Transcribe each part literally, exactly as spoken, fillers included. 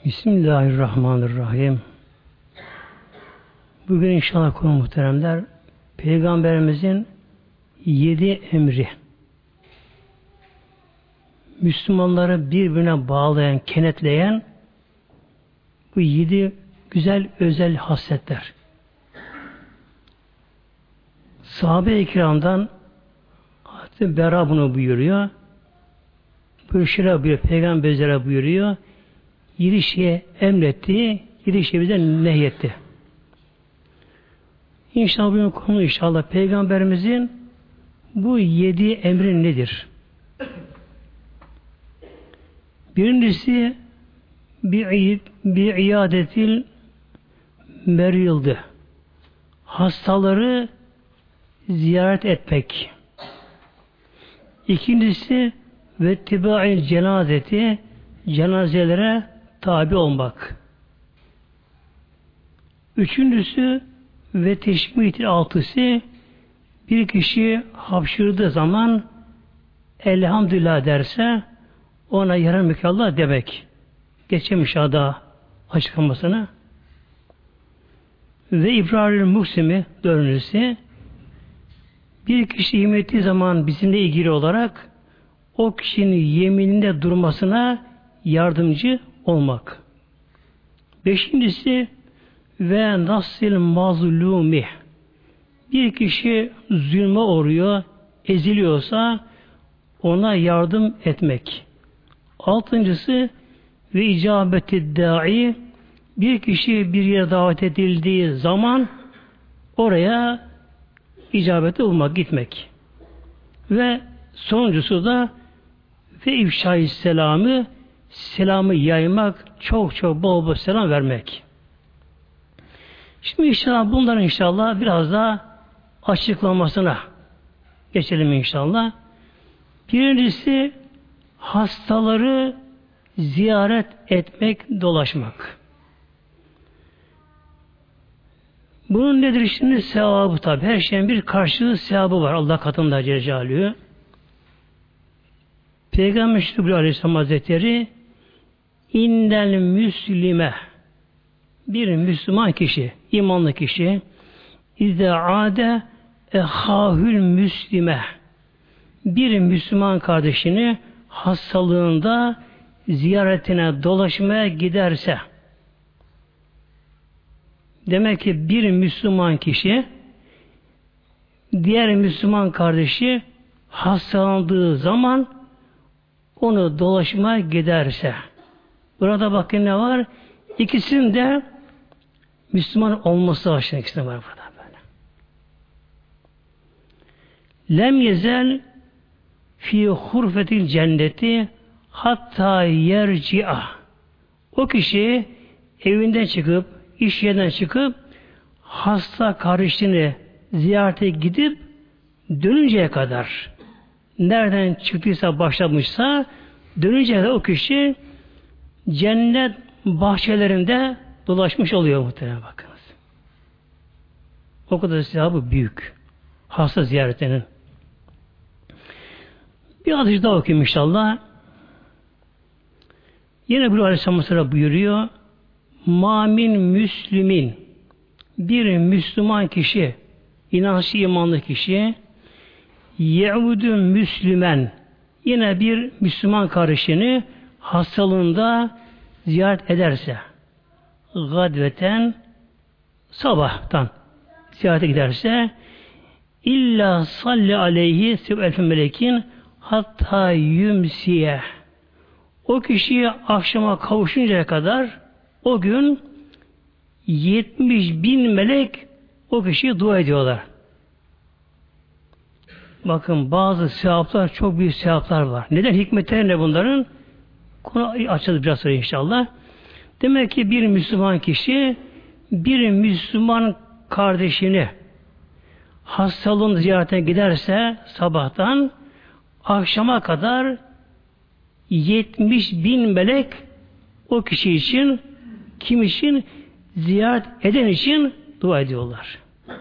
Bismillahirrahmanirrahim. Bugün inşallah konu muhteremler, Peygamberimizin yedi emri. Müslümanları birbirine bağlayan, kenetleyen bu yedi güzel özel hasletler. Sahabe-i kiramdan Hazreti Bera bunu buyuruyor. Böyle şeyler buyuruyor, Peygamberlere buyuruyor. Yedi şeye emretti, yedi şeye bize nehyetti. İnşallah bugün konu inşallah Peygamberimizin bu yedi emri nedir? Birincisi bir iadetil merildi. Hastaları ziyaret etmek. İkincisi ve tibail cenazeti, cenazelere tabi olmak. Üçüncüsü ve teşmitil altısı, bir kişi hapşırdığı zaman elhamdülillah derse ona yarar mükallah demek. Geçelim aşağıda açıklamasını. Ve ibrarül muksimi dördüncüsü, bir kişi yemin ettiği zaman bizimle ilgili olarak o kişinin yemininde durmasına yardımcı olmak. Beşincisi ve nasil mazlumi, bir kişi zulme uğruyor, eziliyorsa ona yardım etmek. Altıncısı ve icabeti da'i, bir kişi bir yere davet edildiği zaman oraya icabete olmak, gitmek. Ve sonuncusu da ve ifşa-i selamı, selamı yaymak, çok çok bol bol selam vermek. Şimdi inşallah bunların inşallah biraz daha açıklamasına geçelim inşallah. Birincisi hastaları ziyaret etmek, dolaşmak. Bunun nedir şimdi? Sevabı tabi. Her şeyin bir karşılığı sevabı var. Allah katında Celle Celaluhu. Peygamber Şükrü Aleyhisselam Hazretleri indel müslime, bir Müslüman kişi, imanlı kişi izde ade ehahül müslime, bir Müslüman kardeşini hastalığında ziyaretine, dolaşmaya giderse, demek ki bir Müslüman kişi diğer Müslüman kardeşi hastalandığı zaman onu dolaşmaya giderse, burada bakın ne var? İkisinin de Müslüman olması aşkına ikisinde var burada böyle. Lem yezel fi hurfetil cenneti hatta yerci'a. O kişi evinden çıkıp, iş yerinden çıkıp hasta kardeşini ziyarete gidip dönünceye kadar, nereden çıktıysa, başlamışsa dönünceye kadar o kişi cennet bahçelerinde dolaşmış oluyor muhtemelen, bakınız. O kadar sevabı büyük. Hasta ziyaretinin. Bir hadis daha okuyayım inşallah. Yine bir Aleyhisselam buyuruyor. Mamin müslümin, bir Müslüman kişi, inançlı imanlı kişi, ye'udu müslümen, yine bir Müslüman kardeşini hastalığında ziyaret ederse, gadveten, sabahtan ziyarete giderse, illa salli aleyhi seb'elfü melekin hatta yümsiye, o kişiyi akşama kavuşuncaya kadar o gün yetmiş bin melek o kişiye dua ediyorlar. Bakın bazı sevaplar, çok büyük sevaplar var. Neden? Hikmetleri ne bunların? Konu açılır biraz sonra inşallah. Demek ki bir Müslüman kişi bir Müslüman kardeşini hastalığın ziyaretine giderse sabahtan akşama kadar yetmiş bin melek o kişi için, kim için? Ziyaret eden için dua ediyorlar.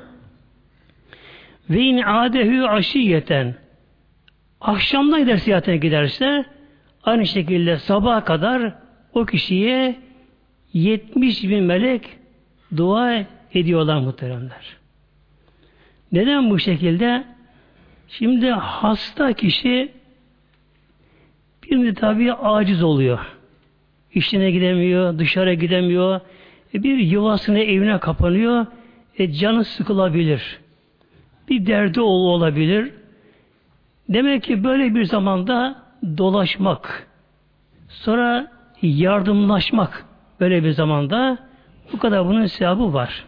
Ve in adehü aşiyeten, akşamdan gider ziyaretine giderse aynı şekilde sabaha kadar o kişiye yetmiş bin melek dua ediyorlar muhteremler. Neden bu şekilde? Şimdi hasta kişi bir de tabii aciz oluyor. İşine gidemiyor, dışarı gidemiyor. E bir yuvasına, evine kapanıyor. E canı sıkılabilir. Bir derdi olabilir. Demek ki böyle bir zamanda dolaşmak, sonra yardımlaşmak böyle bir zamanda bu kadar bunun sevabı var.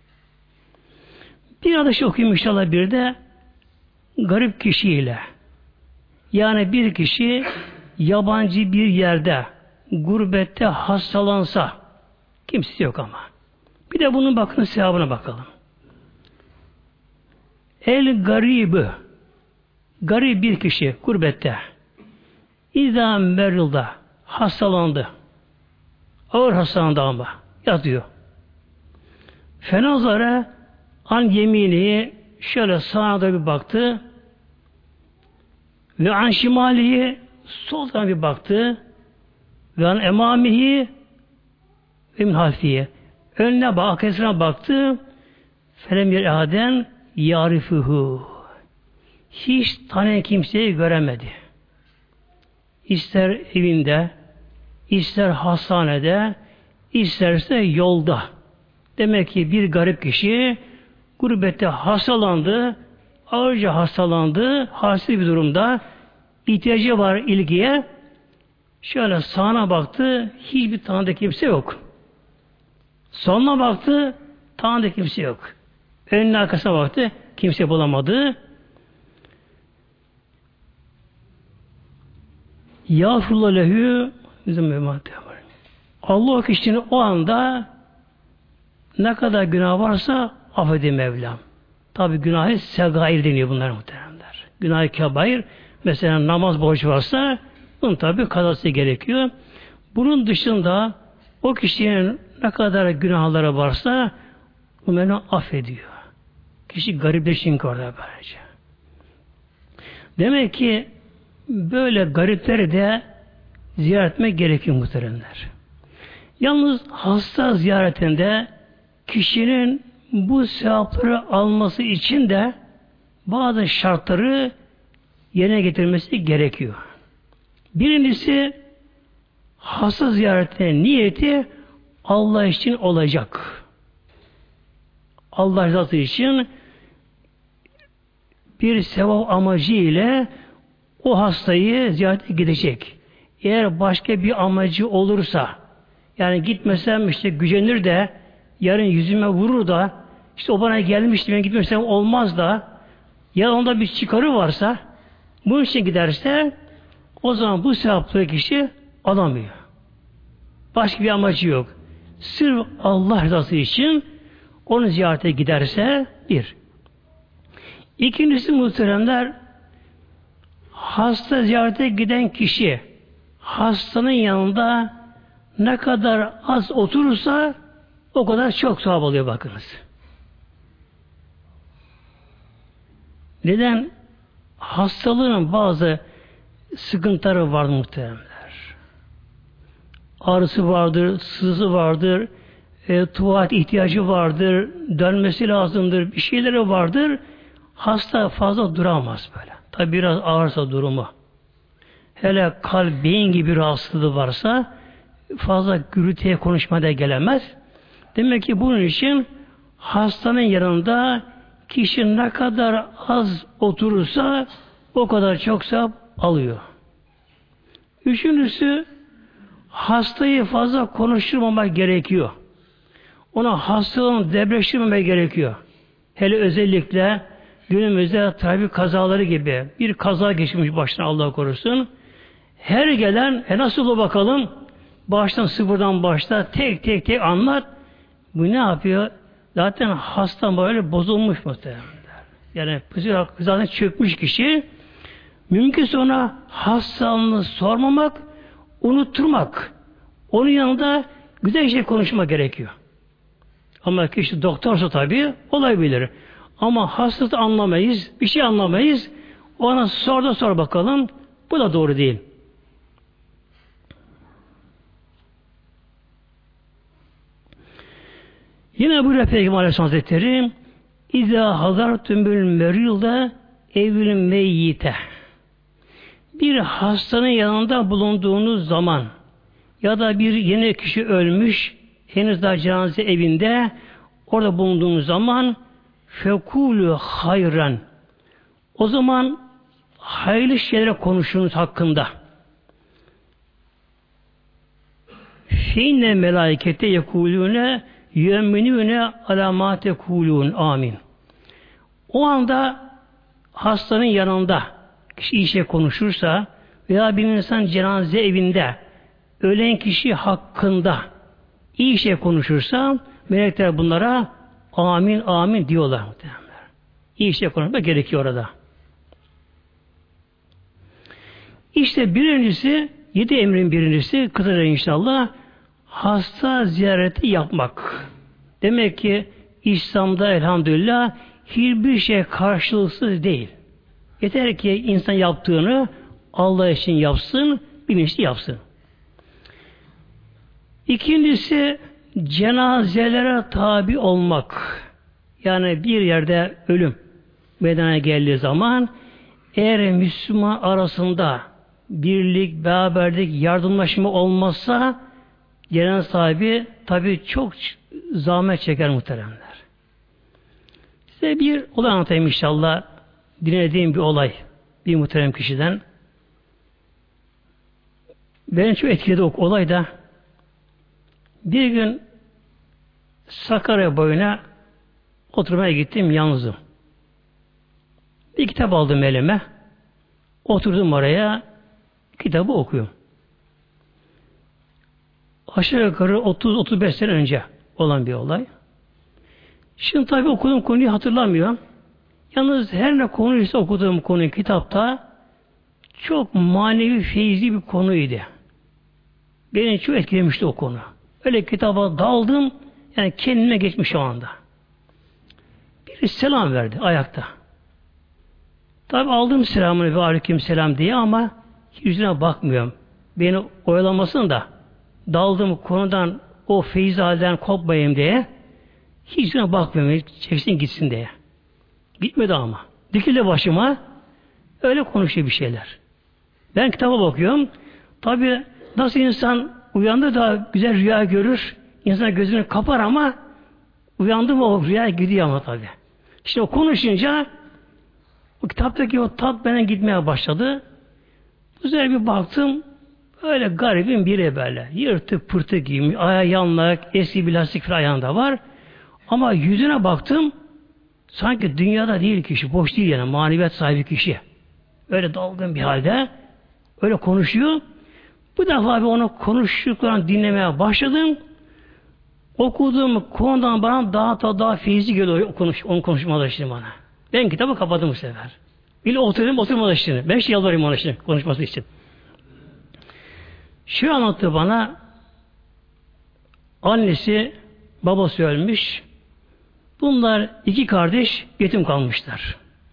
Bir hadis okuyayım inşallah bir de garip kişiyle. Yani bir kişi yabancı bir yerde, gurbette hastalansa, kimse yok ama. Bir de bunun bakın sevabına bakalım. El garibü, garip bir kişi gurbette, İzâ merilda, hastalandı. Ağır hastalandı ama, yatıyor. Fenazara an yemini şöyle sağa da bir baktı ve an şimalihi soldan bir baktı ve an emamihi ve min halfiye önüne bak, arkasına baktı felem yer aden yarifuhu hiç tanıyan kimseyi göremedi. İster evinde, ister hastanede, isterse yolda. Demek ki bir garip kişi gurbette hastalandı, ağırca hastalandı, hasta bir durumda, ihtiyacı var ilgiye. Şöyle sağına baktı, hiçbir tanıdık kimse yok. Soluna baktı, tanıdık kimse yok. Önüne arkasına baktı, kimse bulamadı. Yâfurullah lehü bizim memati var. Allah o kişinin o anda ne kadar günah varsa affedin Mevlam. Tabi günahı segair deniyor bunlar muhteremler. Günah-ı kebair, mesela namaz borcu varsa bunun tabi kazası gerekiyor. Bunun dışında o kişinin ne kadar günahları varsa bunları affediyor. Kişi garipleşin ki orada böylece. Demek ki böyle garipleri de ziyaret etmek gerekiyor muhteremler. Yalnız hasta ziyaretinde kişinin bu sevapları alması için de bazı şartları yerine getirmesi gerekiyor. Birincisi hasta ziyaretine niyeti Allah için olacak. Allah rızası için bir sevap amacı ile o hastayı ziyarete gidecek. Eğer başka bir amacı olursa, yani gitmesem işte gücenir de yarın yüzüme vurur da işte o bana gelmişti ben gitmesem olmaz da ya onda bir çıkarı varsa bunun için giderse o zaman bu sevaplı kişi alamıyor. Başka bir amacı yok. Sırf Allah rızası için onu ziyarete giderse bir. İkincisi muhteremler hasta ziyarete giden kişi hastanın yanında ne kadar az oturursa o kadar çok sevap alıyor bakınız. Neden? Hastalığın bazı sıkıntıları var muhteremler. Ağrısı vardır, sızı vardır, e, tuvalet ihtiyacı vardır, dönmesi lazımdır, bir şeyleri vardır. Hasta fazla duramaz böyle. Tabi biraz ağırsa durumu. Hele kalp, beyin gibi rahatsızlığı varsa fazla gürültüye konuşmaya da gelemez. Demek ki bunun için hastanın yanında kişi ne kadar az oturursa o kadar çok sevap alıyor. Üçüncüsü hastayı fazla konuşturmamak gerekiyor. Ona hastalığını debreştirmemek gerekiyor. Hele özellikle günümüzde trafik kazaları gibi bir kaza geçmiş başına Allah korusun. Her gelen e nasıl o bakalım baştan sıfırdan başta tek tek tek anlat. Bu ne yapıyor? Zaten hasta böyle bozulmuş muhtemelen. Yani zaten çökmüş kişi mümkünse ona hastalığını sormamak, unutturmak. Onun yanında güzel şey konuşmak gerekiyor. Ama kişi doktorsa tabii olabilir. Ama hastası anlamayız, bir şey anlamayız. Ona sor da sor bakalım. Bu da doğru değil. Yine buyuruyor Peygamber Aleyhisselam Hazretleri İzâ hazartümül merilde evlül meyyite. Bir hastanın yanında bulunduğunuz zaman ya da bir yeni kişi ölmüş henüz daha cenaze evinde orada bulunduğunuz zaman fekulü hayran. O zaman hayırlı şeylere konuşunuz hakkında. Feinne melaikete yekulune yömminüne alamate kulun. Amin. O anda hastanın yanında kişi iyi şey konuşursa veya bir insan cenaze evinde ölen kişi hakkında iyi şey konuşursa melekler bunlara amin amin diyorlar. İyi şey konuşmak gerekiyor orada. İşte birincisi, yedi emrin birincisi, kısaca inşallah, hasta ziyareti yapmak. Demek ki İslam'da elhamdülillah hiçbir şey karşılıksız değil. Yeter ki insan yaptığını Allah için yapsın, bilinçli yapsın. İkincisi, cenazelere tabi olmak. Yani bir yerde ölüm meydana geldiği zaman eğer Müslüman arasında birlik, beraberlik, yardımlaşma olmazsa cenaze sahibi tabi çok zahmet çeker muhteremler. Size bir olay anlatayım inşallah. Dinlediğim bir olay. Bir muhterem kişiden. Beni çok etkiledi o olay da. Bir gün Sakarya boyuna oturmaya gittim yalnızım. Bir kitap aldım elime. Oturdum oraya. Kitabı okuyorum. Aşağı yukarı otuz otuz beş sene önce olan bir olay. Şimdi tabi okuduğum konuyu hatırlamıyorum. Yalnız her ne konuysa okuduğum konu kitapta çok manevi, feyizli bir konuydu. Beni çok etkilemişti o konu. Öyle kitaba daldım, yani kendime geçmiş o anda. Biri selam verdi ayakta. Tabi aldım selamını ve aleyküm selam diye ama yüzüne bakmıyorum. Beni oyalamasın da daldım konudan o feyiz halden kopmayayım diye hiç yüzüne bakmıyorum. Çeksin gitsin diye. Gitmedi ama. Dikildi başıma. Öyle konuşuyor bir şeyler. Ben kitaba bakıyorum. Tabi nasıl insan uyandı da güzel rüya görür. İnsan gözünü kapar ama uyandı mı o rüya gidiyor ama tabi. İşte o konuşunca o kitaptaki o tat bana gitmeye başladı. Güzel bir baktım. Öyle garibim biri böyle. Yırtık pırtık giymiş. Ayağı yanlak. Eski bir lastik falan ayağında var. Ama yüzüne baktım. Sanki dünyada değil kişi. Boş değil yani. Maneviyat sahibi kişi. Öyle dalgın bir halde. Öyle konuşuyor. Bu defa bir onu konuştuklarını dinlemeye başladım. Okuduğum konudan bana daha da daha feyizli geliyor konuş, onun konuşmaları şimdi bana. Ben kitabı kapadım bu sefer. Bile oturdum oturmadı şimdi. Ben şey yalvarayım ona şimdi konuşması için. Şu anlattı bana, annesi babası ölmüş. Bunlar iki kardeş yetim kalmışlar.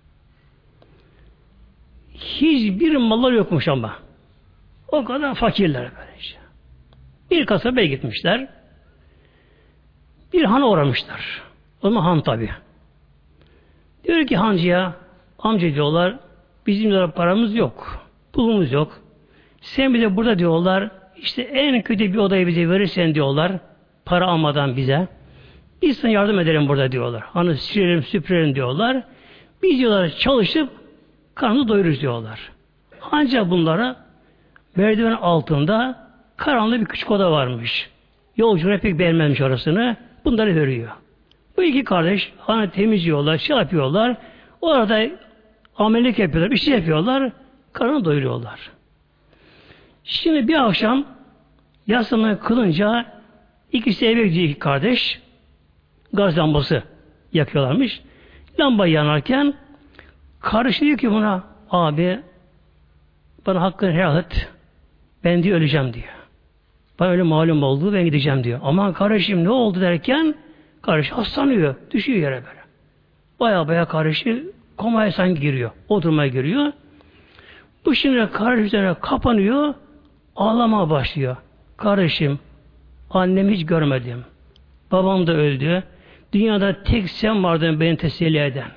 Hiçbir malları yokmuş ama. O kadar fakirler böylece. Bir kasabaya gitmişler. Bir hana uğramışlar. O zaman han tabi. Diyor ki hancıya, amca diyorlar, bizim diyorlar paramız yok. Pulumuz yok. Sen bize burada diyorlar, işte en kötü bir odayı bize verirsen diyorlar, para almadan bize. Biz sana yardım edelim burada diyorlar. Hani silerim, süpürelim diyorlar. Biz diyorlar çalışıp karnını doyururuz diyorlar. Ancak bunlara merdiven altında karanlık bir küçük oda varmış. Yolcular pek beğenmemiş orasını. Bunları veriyor. Bu iki kardeş hani temizliyorlar, şey yapıyorlar. Orada amellik yapıyorlar, bir şey yapıyorlar. Karnını doyuruyorlar. Şimdi bir akşam yatsımayı kılınca ikisi eve gidiyor iki kardeş. Gaz lambası yakıyorlarmış. Lamba yanarken kardeş diyor ki buna abi bana hakkını helal et. Ben diyor öleceğim diyor. Bana öyle malum oldu ben gideceğim diyor. Aman kardeşim ne oldu derken kardeş hastalanıyor. Düşüyor yere böyle. Baya baya kardeşi komaya sanki giriyor. Oturmaya giriyor. Bu şimdi kardeş üzerine kapanıyor. Ağlamaya başlıyor. Kardeşim annemi hiç görmedim. Babam da öldü. Dünyada tek sen vardın beni teselli eden.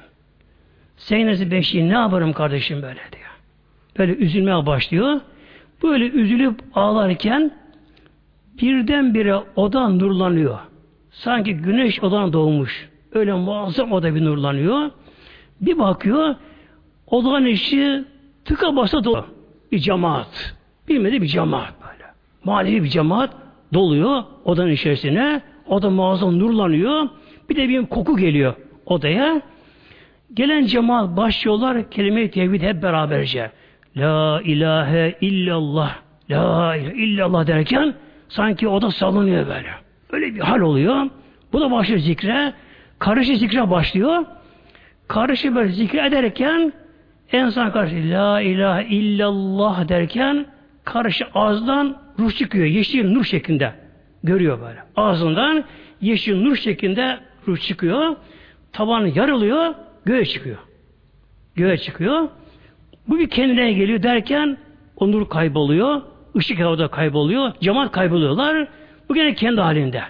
Sen nasıl beşiği ne yaparım kardeşim böyle diyor. Böyle üzülmeye başlıyor. Böyle üzülüp ağlarken birdenbire oda nurlanıyor. Sanki güneş odan doğmuş. Öyle muazzam oda bir nurlanıyor. Bir bakıyor odanın içi tıka basa dolu. Bir cemaat. Bilmediği bir cemaat böyle. Manevi bir cemaat doluyor odanın içerisine. Oda muazzam nurlanıyor. Bir de bir koku geliyor odaya. Gelen cemaat başlıyorlar kelime-i tevhid hep beraberce. La ilahe illallah. La ilahe illallah derken sanki oda sallanıyor böyle. Öyle bir hal oluyor. Bu da başlıyor zikre. Karışı zikre başlıyor. Karışı böyle zikre ederken en son karşı la ilahe illallah derken karışı ağzından ruh çıkıyor. Yeşil nur şeklinde. Görüyor böyle. Ağzından yeşil nur şeklinde ruh çıkıyor. Taban yarılıyor. Göğe çıkıyor. Göğe çıkıyor. Bu bir kendine geliyor derken o nur kayboluyor. Işık havada kayboluyor. Cemaat kayboluyorlar. Bu gene kendi halinde.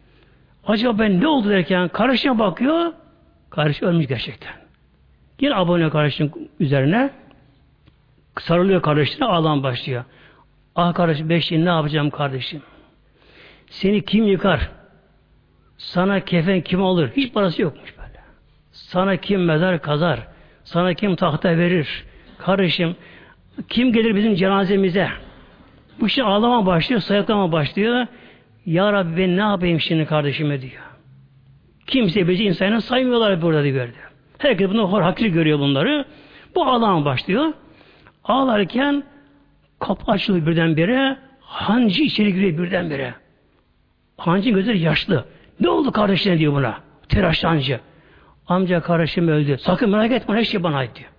Acaba ben ne oldu derken kardeşine bakıyor. Kardeş ölmüş gerçekten. Yine abone kardeşin üzerine sarılıyor kardeşine ağlam başlıyor. Ah kardeşim beşiğini ne yapacağım kardeşim? Seni kim yıkar? Sana kefen kim alır? Hiç parası yokmuş böyle. Sana kim mezar kazar? Sana kim tahta verir? Kardeşim kim gelir bizim cenazemize? Bu şey ağlama başlıyor, sayaklama başlıyor. Ya Rabbi ben ne yapayım şimdi kardeşime diyor. Kimse bizi insanı saymıyorlar burada diyor. Herkes bunu hor hakir görüyor bunları. Bu ağlama başlıyor. Ağlarken kapı açılıyor birdenbire. Hancı içeri giriyor birdenbire. Hancı gözleri yaşlı. Ne oldu kardeşine diyor buna. Telaşlı hancı. Amca kardeşim öldü. Sakın merak etme her şey bana ait diyor.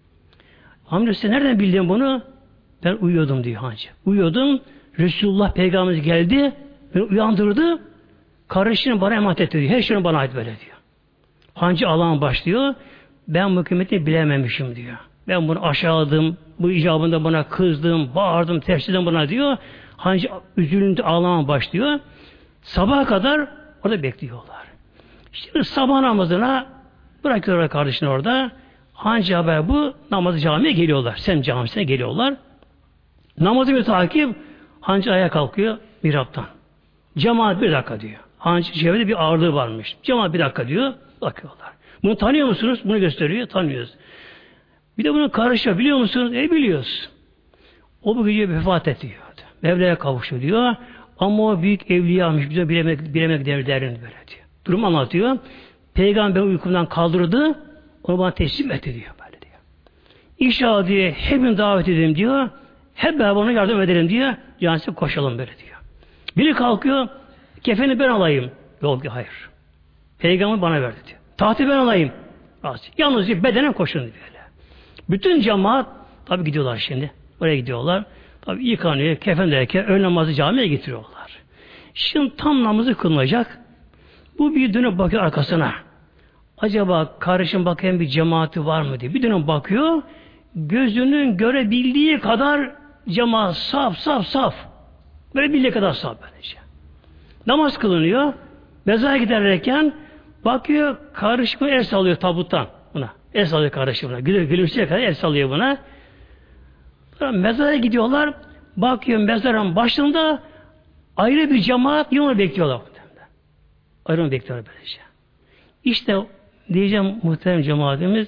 Amca sen nereden bildin bunu? Ben uyuyordum diyor hancı. Uyuyordum. Resulullah Peygamberimiz geldi. Beni uyandırdı. Kardeşini bana emanet etti diyor. Her şeyin bana ait böyle diyor. Hancı ağlamaya başlıyor. Ben bu hükümeti bilememişim diyor. Ben bunu aşağıladım. Bu icabında bana kızdım, bağırdım, tersledim buna diyor. Hancı üzülüntü ağlamaya başlıyor. Sabaha kadar orada bekliyorlar. Şimdi sabah namazına bırakıyorlar kardeşini orada. Hancı haber bu. Namazı camiye geliyorlar. Sen camisine geliyorlar. Namazı bir takip. Hancı ayağa kalkıyor mihraptan. Cemaat bir dakika diyor. Hancı çevrede bir ağırlığı varmış. Cemaat bir dakika diyor. Bakıyorlar. Bunu tanıyor musunuz? Bunu gösteriyor. Tanıyoruz. Bir de bunun karışı biliyor musunuz? E biliyoruz. O bu gece vefat ediyor. Mevla'ya kavuşuyor diyor. Ama o büyük evliyamış. Bize bilemek, bilemek der, derin böyle diyor. Durum anlatıyor. Peygamber uykumdan kaldırdı. Onu bana teslim etti diyor. Böyle diyor. İnşallah diye hepini davet edelim diyor. Hep beraber ona yardım edelim diyor. Cansız koşalım böyle diyor. Biri kalkıyor. Kefeni ben alayım. Yok ki hayır. Peygamber bana verdi diyor. Tahtı ben alayım. Yalnız diyor, bedenen koşun diyor. Böyle. Bütün cemaat tabi gidiyorlar şimdi. Oraya gidiyorlar. Tabi yıkanıyor. Kefen derken ön namazı camiye getiriyorlar. Şimdi tam namazı kılınacak. Bu bir dönüp bakıyor arkasına. Acaba karışım bakayım bir cemaati var mı diye. Bir dönüp bakıyor. Gözünün görebildiği kadar cemaat saf saf saf. Böyle bildiği kadar saf böylece. Namaz kılınıyor. Mezara giderken bakıyor karışımı el sallıyor tabuttan buna. El sallıyor karışımına. Gülü, gülümseye kadar el sallıyor buna. Sonra mezara gidiyorlar. Bakıyor mezarın başında ayrı bir cemaat yine onu bekliyorlar. Ayrı onu bekliyorlar böylece. İşte diyeceğim muhterem cemaatimiz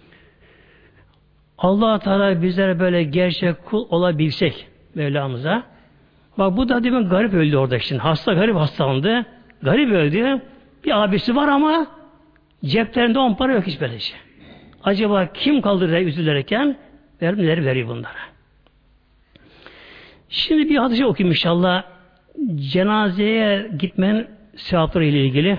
Allah Teala bizlere böyle gerçek kul olabilsek Mevlamıza. Bak bu da demin garip öldü orada şimdi. Hasta garip hastalandı. Garip öldü. Bir abisi var ama ceplerinde on para yok hiç böylece. Acaba kim kaldırır üzülürken vermeleri veriyor bunlara. Şimdi bir hadise okuyayım inşallah. Cenazeye gitmenin sevapları ile ilgili.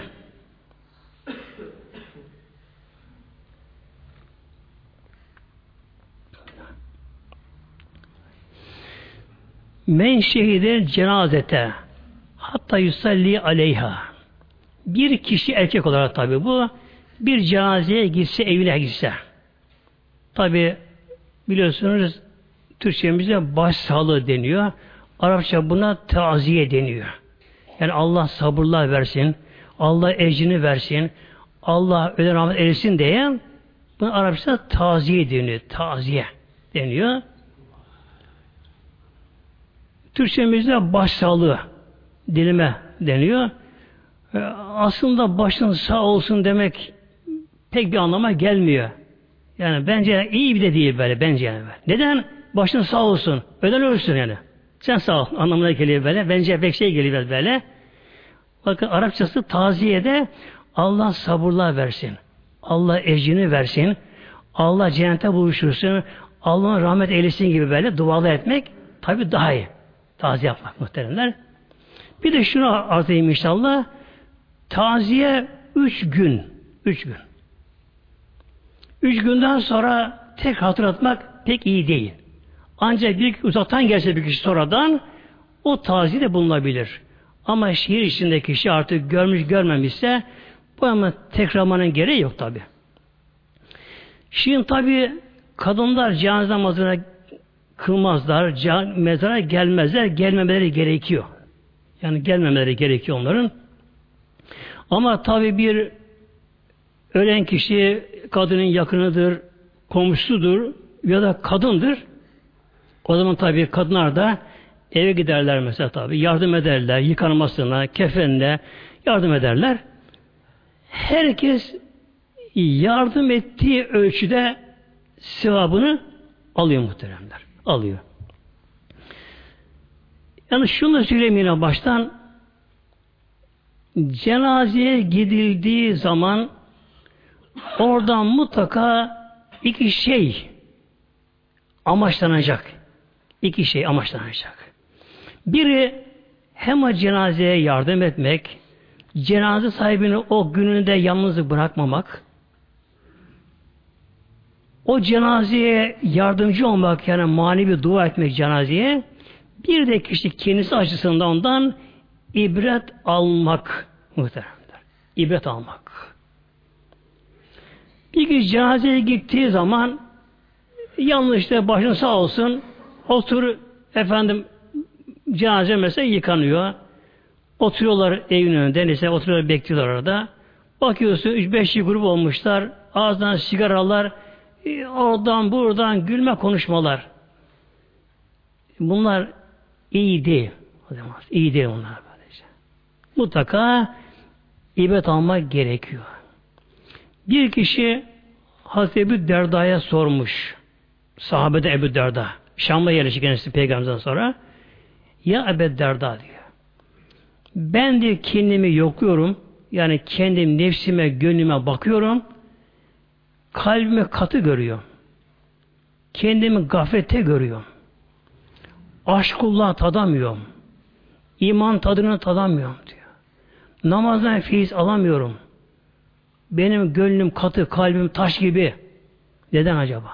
Men şehide cenazete hatta yusalli aleyha. Bir kişi erkek olarak tabi bu bir cenazeye gitse evine gitse tabi biliyorsunuz Türkçemizde başsağlığı deniyor. Arapça buna taziye deniyor. Yani Allah sabırlar versin. Allah ecrini versin, Allah öyle rahmet eylesin diye bunu Arapçada taziye deniyor. Taziye deniyor. Türkçemizde başsağlığı dilime deniyor. Aslında başın sağ olsun demek pek bir anlama gelmiyor. Yani bence iyi bir de değil böyle bence yani. Neden? Başın sağ olsun. Öden ölsün yani. Sen sağ ol anlamına geliyor böyle. Bence pek şey geliyor böyle. Bakın Arapçası taziyede Allah sabırlar versin. Allah ecrini versin. Allah cennete buluştursun. Allah'ın rahmet eylesin gibi böyle dualar etmek tabi daha iyi. Taziye yapmak muhteremler. Bir de şunu arz edeyim inşallah. Taziye üç gün. Üç gün. Üç günden sonra tek hatırlatmak pek iyi değil. Ancak bir uzaktan gelse bir kişi sonradan o taziye de bulunabilir. Ama şehir içindeki kişi artık görmüş görmemişse bu ama tekrarlamanın gereği yok tabi. Şimdi tabi kadınlar cenaze namazına kılmazlar, can, mezara gelmezler, gelmemeleri gerekiyor. Yani gelmemeleri gerekiyor onların. Ama tabi bir ölen kişi kadının yakınıdır, komşusudur ya da kadındır. O zaman tabi kadınlar da eve giderler mesela tabi. Yardım ederler, yıkanmasına, kefenine yardım ederler. Herkes yardım ettiği ölçüde sevabını alıyor muhteremler. Alıyor. Yani şunu da söyleyeyim yine baştan. Cenazeye gidildiği zaman oradan mutlaka iki şey amaçlanacak. İki şey amaçlanacak. Biri hem o cenazeye yardım etmek, cenaze sahibini o gününde yalnız bırakmamak, o cenazeye yardımcı olmak yani manevi dua etmek cenazeye, bir de kişi kendisi açısından ondan ibret almak muhteremler. İbret almak. Bir kişi cenazeye gittiği zaman yalnız işte başın sağ olsun otur efendim cenaze mesela yıkanıyor. Oturuyorlar evin önünde. Neyse oturuyorlar bekliyorlar orada. Bakıyorsun üç beş grup olmuşlar. Ağızdan sigaralar oradan buradan gülme konuşmalar. Bunlar iyi değil. İyi değil bunlar böylece. Mutlaka ibret almak gerekiyor. Bir kişi Hazreti Ebu Derda'ya sormuş. Sahabede Ebu Derda. Şam'da yerleşik kendisi Peygamber'den sonra. Ya Ebu Derda diyor. Ben de kendimi yokluyorum. Yani kendim nefsime, gönlüme bakıyorum. Kalbime katı görüyorum. Kendimi gaflete görüyorum. Aşkullah tadamıyorum. İman tadını tadamıyorum diyor. Namazdan feyiz alamıyorum. Benim gönlüm katı, kalbim taş gibi. Neden acaba?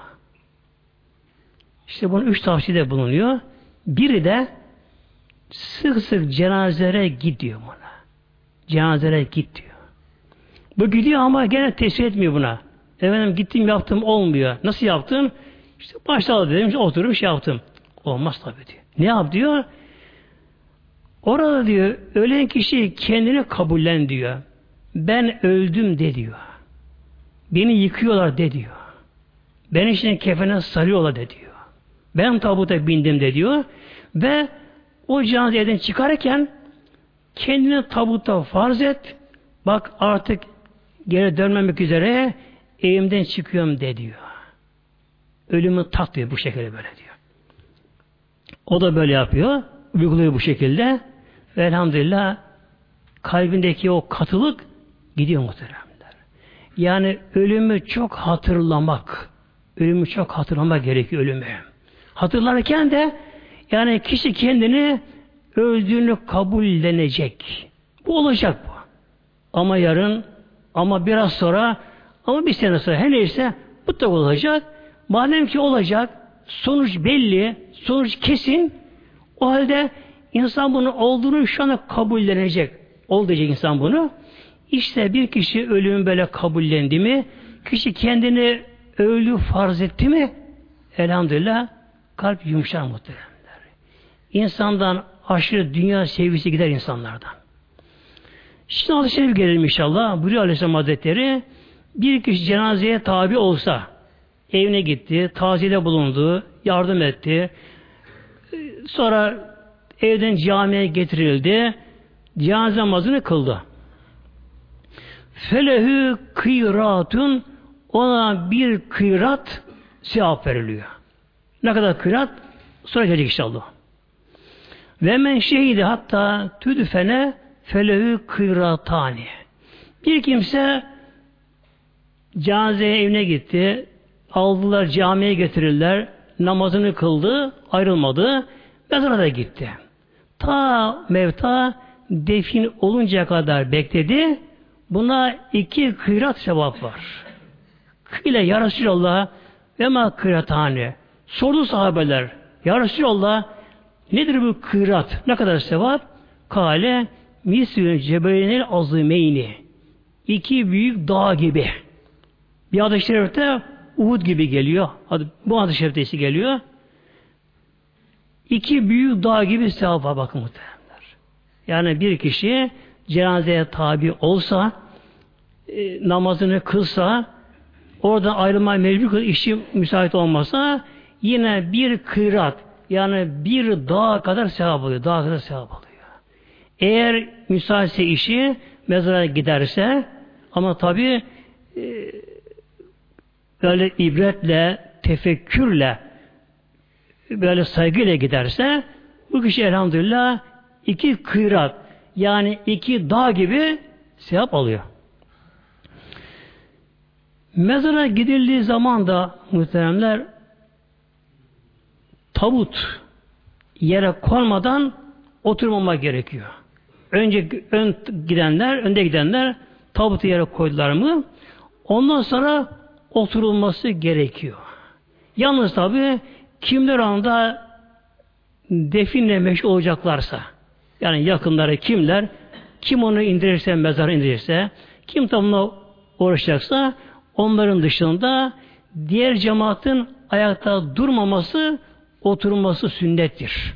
İşte bunun üç tavsiyede bulunuyor. Biri de sık sık cenazelere gidiyor buna. Cenazelere git diyor. Bu gidiyor ama gene tesir etmiyor buna. Efendim gittim yaptım olmuyor. Nasıl yaptın? İşte başta dedim işte oturup şey yaptım. Olmaz tabii diyor. Ne yap diyor? Orada diyor ölen kişi kendini kabullen diyor. Ben öldüm de diyor. Beni yıkıyorlar de diyor. Ben işte kefene sarıyorlar de diyor. Ben tabuta bindim de diyor. Ve o cenazeden çıkarken kendini tabuta farz et. Bak artık geri dönmemek üzere evimden çıkıyorum de diyor. Ölümü tat diyor bu şekilde böyle diyor. O da böyle yapıyor. Uyguluyor bu şekilde. Ve elhamdülillah kalbindeki o katılık gidiyor muhteremler. Yani ölümü çok hatırlamak. Ölümü çok hatırlamak gerekiyor ölümü. Hatırlarken de yani kişi kendini öldüğünü kabullenecek. Bu olacak bu. Ama yarın, ama biraz sonra, ama bir sene sonra her neyse mutlaka olacak. Madem ki olacak, sonuç belli, sonuç kesin. O halde insan bunun olduğunu şu anda kabullenecek. Ol diyecek insan bunu. İşte bir kişi ölümü böyle kabullendi mi, kişi kendini ölü farz etti mi, elhamdülillah kalp yumuşar muhteremler. İnsandan aşırı dünya sevgisi gider insanlardan. Şimdi hadis-i şerif gelelim inşallah. Buyuruyor Aleyhisselam Hazretleri, bir kişi cenazeye tabi olsa, evine gitti, taziyede bulundu, yardım etti, sonra evden camiye getirildi, cenaze namazını kıldı. Felehü kıyratun, ona bir kıyrat sevap veriliyor. Ne kadar kıyrat? Sonra gelecek inşallah. Ve men şehidi hatta tüdüfene felehü kıyratani. Bir kimse cenazeye evine gitti, aldılar camiye getirirler, namazını kıldı, ayrılmadı, mezara da gitti. Ta mevta defin oluncaya kadar bekledi, buna iki kıyrat sevap var. Kıyle ya Resulallah ve ma kıyratani. Sordu sahabeler, ya Resulallah nedir bu kıyrat? Ne kadar sevap? Kale mislü cebeynel azimeyni. İki büyük dağ gibi. Bir hadis-i şerifte Uhud gibi geliyor. Bu hadis-i şerifte geliyor. İki büyük dağ gibi sevap var bakın muhtemelenler. Yani bir kişi cenazeye tabi olsa, e, namazını kılsa, oradan ayrılmaya mecbur, işi müsait olmasa, yine bir kıyrat, yani bir dağ kadar sevap alıyor. Dağ kadar sevap alıyor. Eğer müsaitse işi, mezara giderse, ama tabi e, böyle ibretle, tefekkürle, böyle saygıyla giderse, bu kişi elhamdülillah iki kıyrat, yani iki dağ gibi sevap alıyor. Mezara gidildiği zaman da muhteremler, tabut yere konmadan oturmama gerekiyor. Önce ön gidenler, önde gidenler tabutu yere koydular mı, ondan sonra oturulması gerekiyor. Yalnız tabi kimler anda definle meşgul olacaklarsa, yani yakınları kimler, kim onu indirirse, mezara indirirse, kim tamına uğraşacaksa, onların dışında diğer cemaatin ayakta durmaması, oturması sünnettir.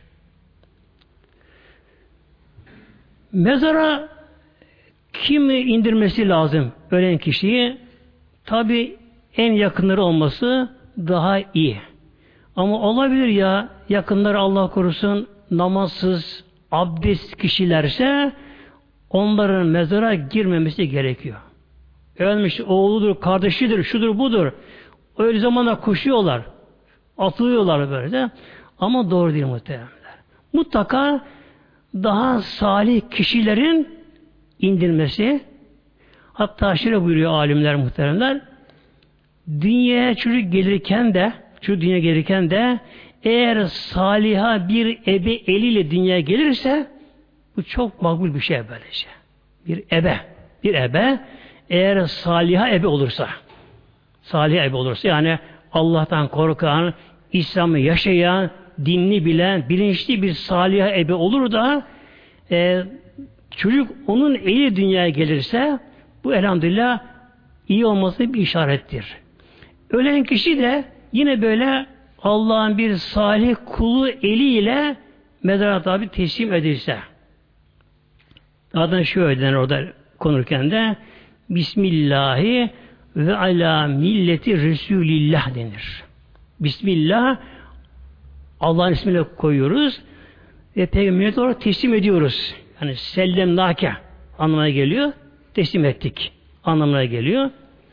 Mezara kim indirmesi lazım ölen kişiyi? Tabi en yakınları olması daha iyi. Ama olabilir ya, yakınları Allah korusun namazsız, abdest kişilerse onların mezara girmemesi gerekiyor. Ölmüş oğludur, kardeşidir, şudur budur. Öyle zamanda koşuyorlar. Atılıyorlar böyle. Ama doğru değil muhteremler. Mutlaka daha salih kişilerin indirmesi, hatta şöyle buyuruyor alimler muhteremler, dünyaya çocuk gelirken de, çocuk dünyaya gelirken de eğer saliha bir ebe eliyle dünyaya gelirse bu çok makbul bir şey böylece. Bir ebe, bir ebe eğer saliha ebe olursa, saliha ebe olursa, yani Allah'tan korkan, İslam'ı yaşayan, dinini bilen, bilinçli bir saliha ebe olur da e, çocuk onun eli dünyaya gelirse bu elhamdülillah iyi olması bir işarettir. Ölen kişi de yine böyle Allah'ın bir salih kulu eliyle mezara tabi teslim edilse. Adını şöyle denir orada konurken de Bismillahi ve ala milleti Resulillah denir. Bismillah Allah'ın ismiyle koyuyoruz ve Peygamber'e olarak teslim ediyoruz. Yani sellem nake anlamına geliyor. Teslim ettik anlamına geliyor.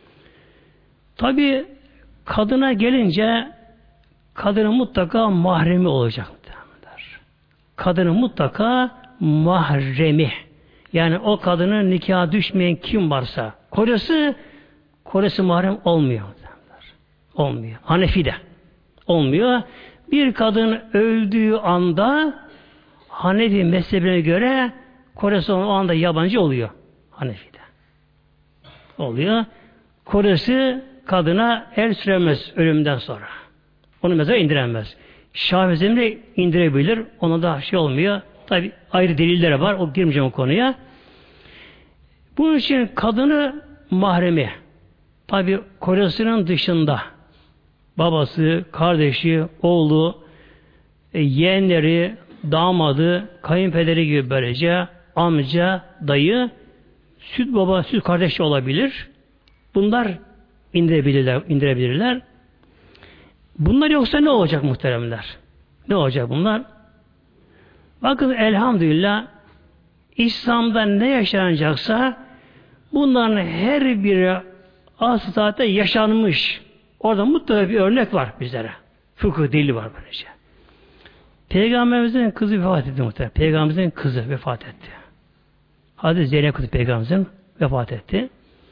Tabi kadına gelince kadının mutlaka mahremi olacak. Kadının mutlaka mahremi. Yani o kadının nikaha düşmeyen kim varsa kocası kocası mahrem olmuyor. Olmuyor. Hanefi de olmuyor. Bir kadın öldüğü anda Hanefi mezhebine göre kocası o anda yabancı oluyor. Hanefi'de. Oluyor. Kocası kadına el süremez ölümden sonra. Onu mezara indiremez. Şafii mezhebinde indirebilir. Ona da şey olmuyor. Tabi ayrı delilleri var. O girmeyeceğim o konuya. Bunun için kadını mahremi. Tabi kocasının dışında babası, kardeşi, oğlu, e, yeğenleri, damadı, kayınpederi gibi böylece amca, dayı süt baba, süt kardeş de olabilir. Bunlar indirebilirler, indirebilirler. Bunlar yoksa ne olacak muhteremler? Ne olacak bunlar? Bakın elhamdülillah İslam'da ne yaşanacaksa bunların her biri asıl yaşanmış. Orada mutlaka bir örnek var bizlere. Fıkıh dili var böylece. Peygamberimizin kızı vefat etti muhtemelen. Peygamberimizin kızı vefat etti. Hazreti Zeynep kızı Peygamberimizin vefat etti.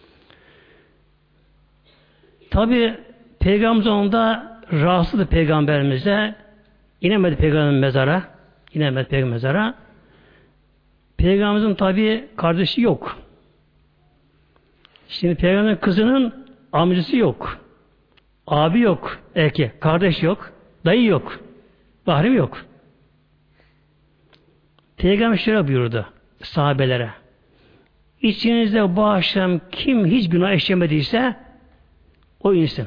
Tabi Peygamberimiz onda rahatsızdı Peygamberimize. İnemedi Peygamberimizin mezara. İnemedi Peygamberimizin mezara. Peygamberimizin tabi kardeşi yok. Şimdi Peygamberin kızının amcası yok. Abi yok. Erkek. Kardeş yok. Dayı yok. Bahrim yok. Peygamber şöyle buyurdu sahabelere. İçinizde bu akşam kim hiç günah işlemediyse o insin.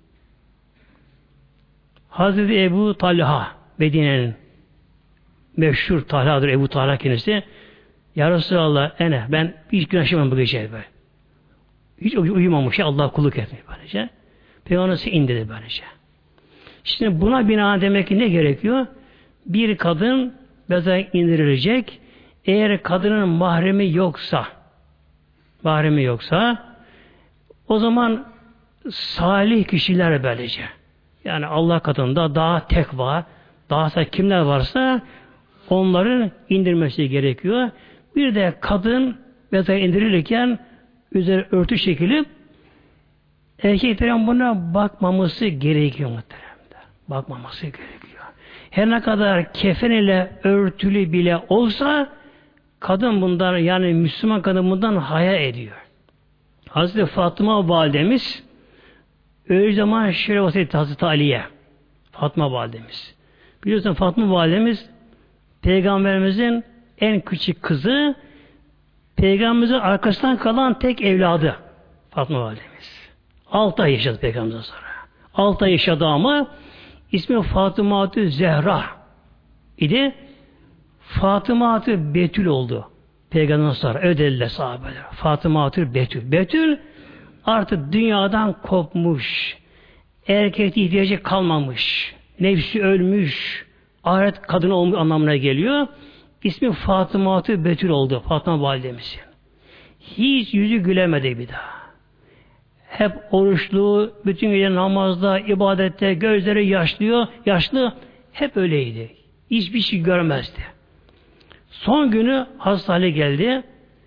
Hazreti Ebu Talha Medine'nin meşhur Talha'dır Ebu Talha kendisi. Ya Resulallah ene ben hiç günah işlemem bu gece böyle. Hiç uyumamış ya Allah kulluk etmiyor böylece. Peygamber'e indirdi böylece. Şimdi buna binaen demek ki ne gerekiyor? Bir kadın mezara indirilecek. Eğer kadının mahremi yoksa mahremi yoksa o zaman salih kişiler böylece. Yani Allah katında daha tekva, daha da kimler varsa onların indirmesi gerekiyor. Bir de kadın mezara indirilirken üzeri örtü çekilip erkeklerin buna bakmaması gerekiyor muhtemelen. Bakmaması gerekiyor. Her ne kadar kefen ile örtülü bile olsa kadın bundan yani Müslüman kadın bundan haya ediyor. Hazreti Fatıma validemiz öyle zaman şöyle vasiyet Hazreti Ali'ye Fatıma validemiz. Biliyorsun Fatıma validemiz Peygamberimizin en küçük kızı, Peygamberimizin arkasından kalan tek evladı Fatıma validemiz. Altı ay yaşadı Peygamberimizden sonra. Altı ay yaşadı ama ismi Fatıma-tü Zehra idi. Fatıma-tü Betül oldu. Peygamberden sonra öyle dediler sahabeler. Fatıma-tü Betül. Betül artık dünyadan kopmuş. Erkek ihtiyacı kalmamış. Nefsi ölmüş. Ahiret kadını olmuş anlamına geliyor. İsmi Fatıma-tü Betül oldu. Fatıma validemizin. Hiç yüzü gülemedi bir daha. Hep oruçlu, bütün gece namazda, ibadette, gözleri yaşlıyor, yaşlı, hep öyleydi. Hiçbir şey görmezdi. Son günü hastane geldi.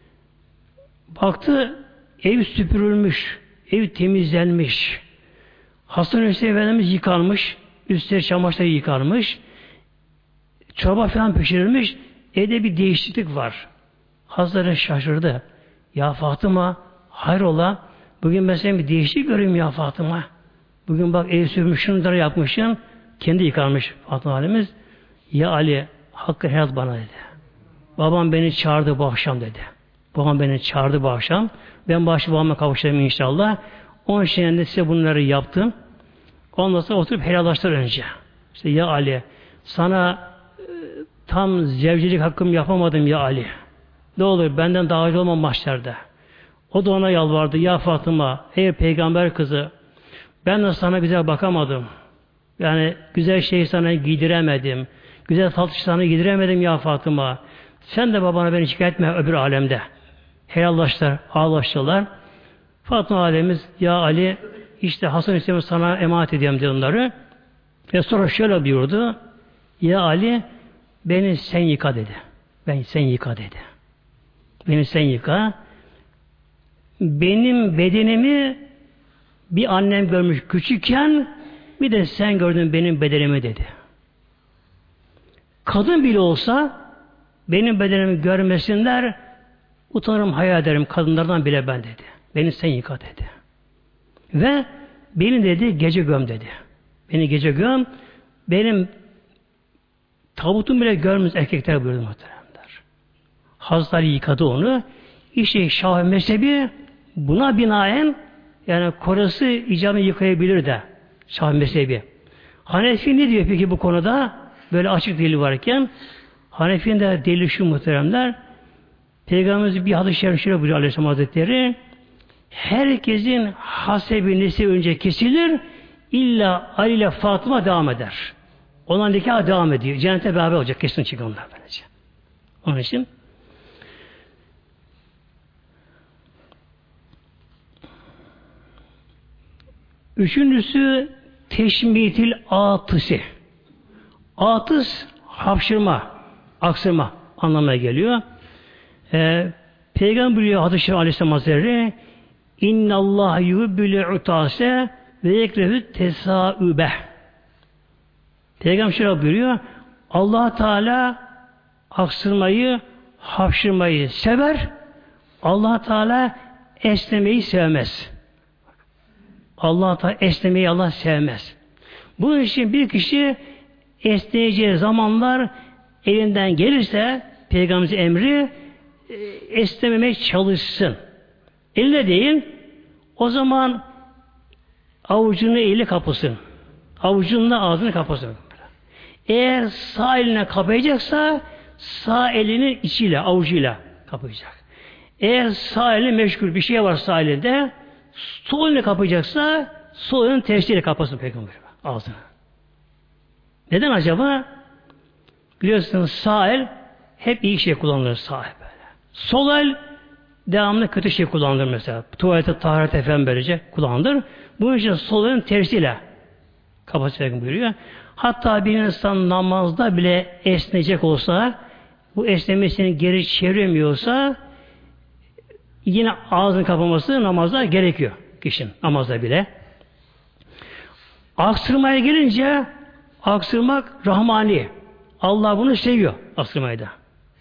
Baktı, ev süpürülmüş, ev temizlenmiş. Hastane Hüseyin Efendimiz yıkanmış, üstleri çamaşırları yıkanmış, çorba falan pişirilmiş, evde bir değişiklik var. Hastane şaşırdı. Ya Fatıma, hayrola, bugün ben senin bir değişiklik göreyim ya Fatıma. Bugün bak ev sürmüşsün, şunları yapmışsın. Kendi yıkarmış Fatıma halimiz. Ya Ali, hakkı hayat bana dedi. Babam beni çağırdı bu akşam dedi. Babam beni çağırdı bu akşam. Ben bu akşam babama kavuşacağım inşallah. Onun için de size bunları yaptım. Ondan sonra oturup helallaştır önce. İşte ya Ali, sana e, tam zevcilik hakkımı yapamadım ya Ali. Ne olur benden dahil olma mahşerde. O da ona yalvardı. Ya Fatıma, ey peygamber kızı, ben de sana güzel bakamadım. Yani güzel şeyi sana giydiremedim. Güzel tatlı sana giydiremedim ya Fatıma. Sen de babana beni şikayet etme öbür alemde. Helallaştılar, ağlaştılar. Fatıma validemiz, ya Ali, işte Hasan Hüseyin'i sana emanet ediyorum diye onları. Ve sonra şöyle buyurdu. Ya Ali, beni sen yıka dedi. Ben sen yıka dedi. Beni sen yıka. Benim bedenimi bir annem görmüş küçükken, bir de sen gördün benim bedenimi dedi. Kadın bile olsa benim bedenimi görmesinler, utanırım, hayal ederim kadınlardan bile ben dedi. Beni sen yıka dedi. Ve beni dedi gece göm dedi. Beni gece göm, benim tabutum bile görmüş erkekler buyurdu muhteremler. Hazretleri yıkadı onu. İşte Şafii mezhebi buna binaen yani korası icabını yıkayabilir de Şafii mezhebi. Hanefi ne diyor peki bu konuda? Böyle açık delil varken Hanefi'nin de delili şu muhteremler. Peygamberimiz bir hadis-i şerif şöyle buyuruyor Aleyhisselam Hazretleri, herkesin hasebi nesi önce kesilir, illa Ali ile Fatıma devam eder. Onların nikahı devam ediyor. Cennete beraber olacak. Kesin çıkıyorlar böylece. Onun için üçüncüsü teşmitil atısı. Atыс hapşırma, aksırma anlamına geliyor. Ee, Peygamber buyuruyor hadis-i şerif Aleyhisselam Hazretleri, İnnallâhe yuhibbül utâse ve yekrehü tesâübe. Peygamber şöyle buyuruyor, Allah Teala aksırmayı, hapşırmayı sever, Allah Teala esnemeyi sevmez. Allah Teala esnemeyi Allah sevmez. Bunun için bir kişi esneyeceği zamanlar elinden gelirse Peygamberimizin emri esnememeye çalışsın. Eline değil, o zaman avucunu eli kapasın. Avucunla ağzını kapasın. Eğer sağ eline kapayacaksa sağ elinin içiyle, avucuyla kapayacak. Eğer sağ eli meşgul bir şey var sağ elinde, sol eline kapayacaksa sol elinin tersiyle kapasın Peygamber ağzını. Neden acaba? Biliyorsunuz sağ el hep iyi şey kullanılır sağ el böyle. Sol el devamlı kötü şey kullanılır mesela. Tuvalete, taharete falan böylece kullanılır. Bunun için sol elin tersiyle kapasın buyuruyor. Hatta bir insan namazda bile esneyecek olsa, bu esnemesini geri çeviremiyorsa yine ağzını kapaması namazda gerekiyor kişinin namazda bile. Aksırmaya gelince aksırmak rahmani. Allah bunu seviyor aksırmayı da.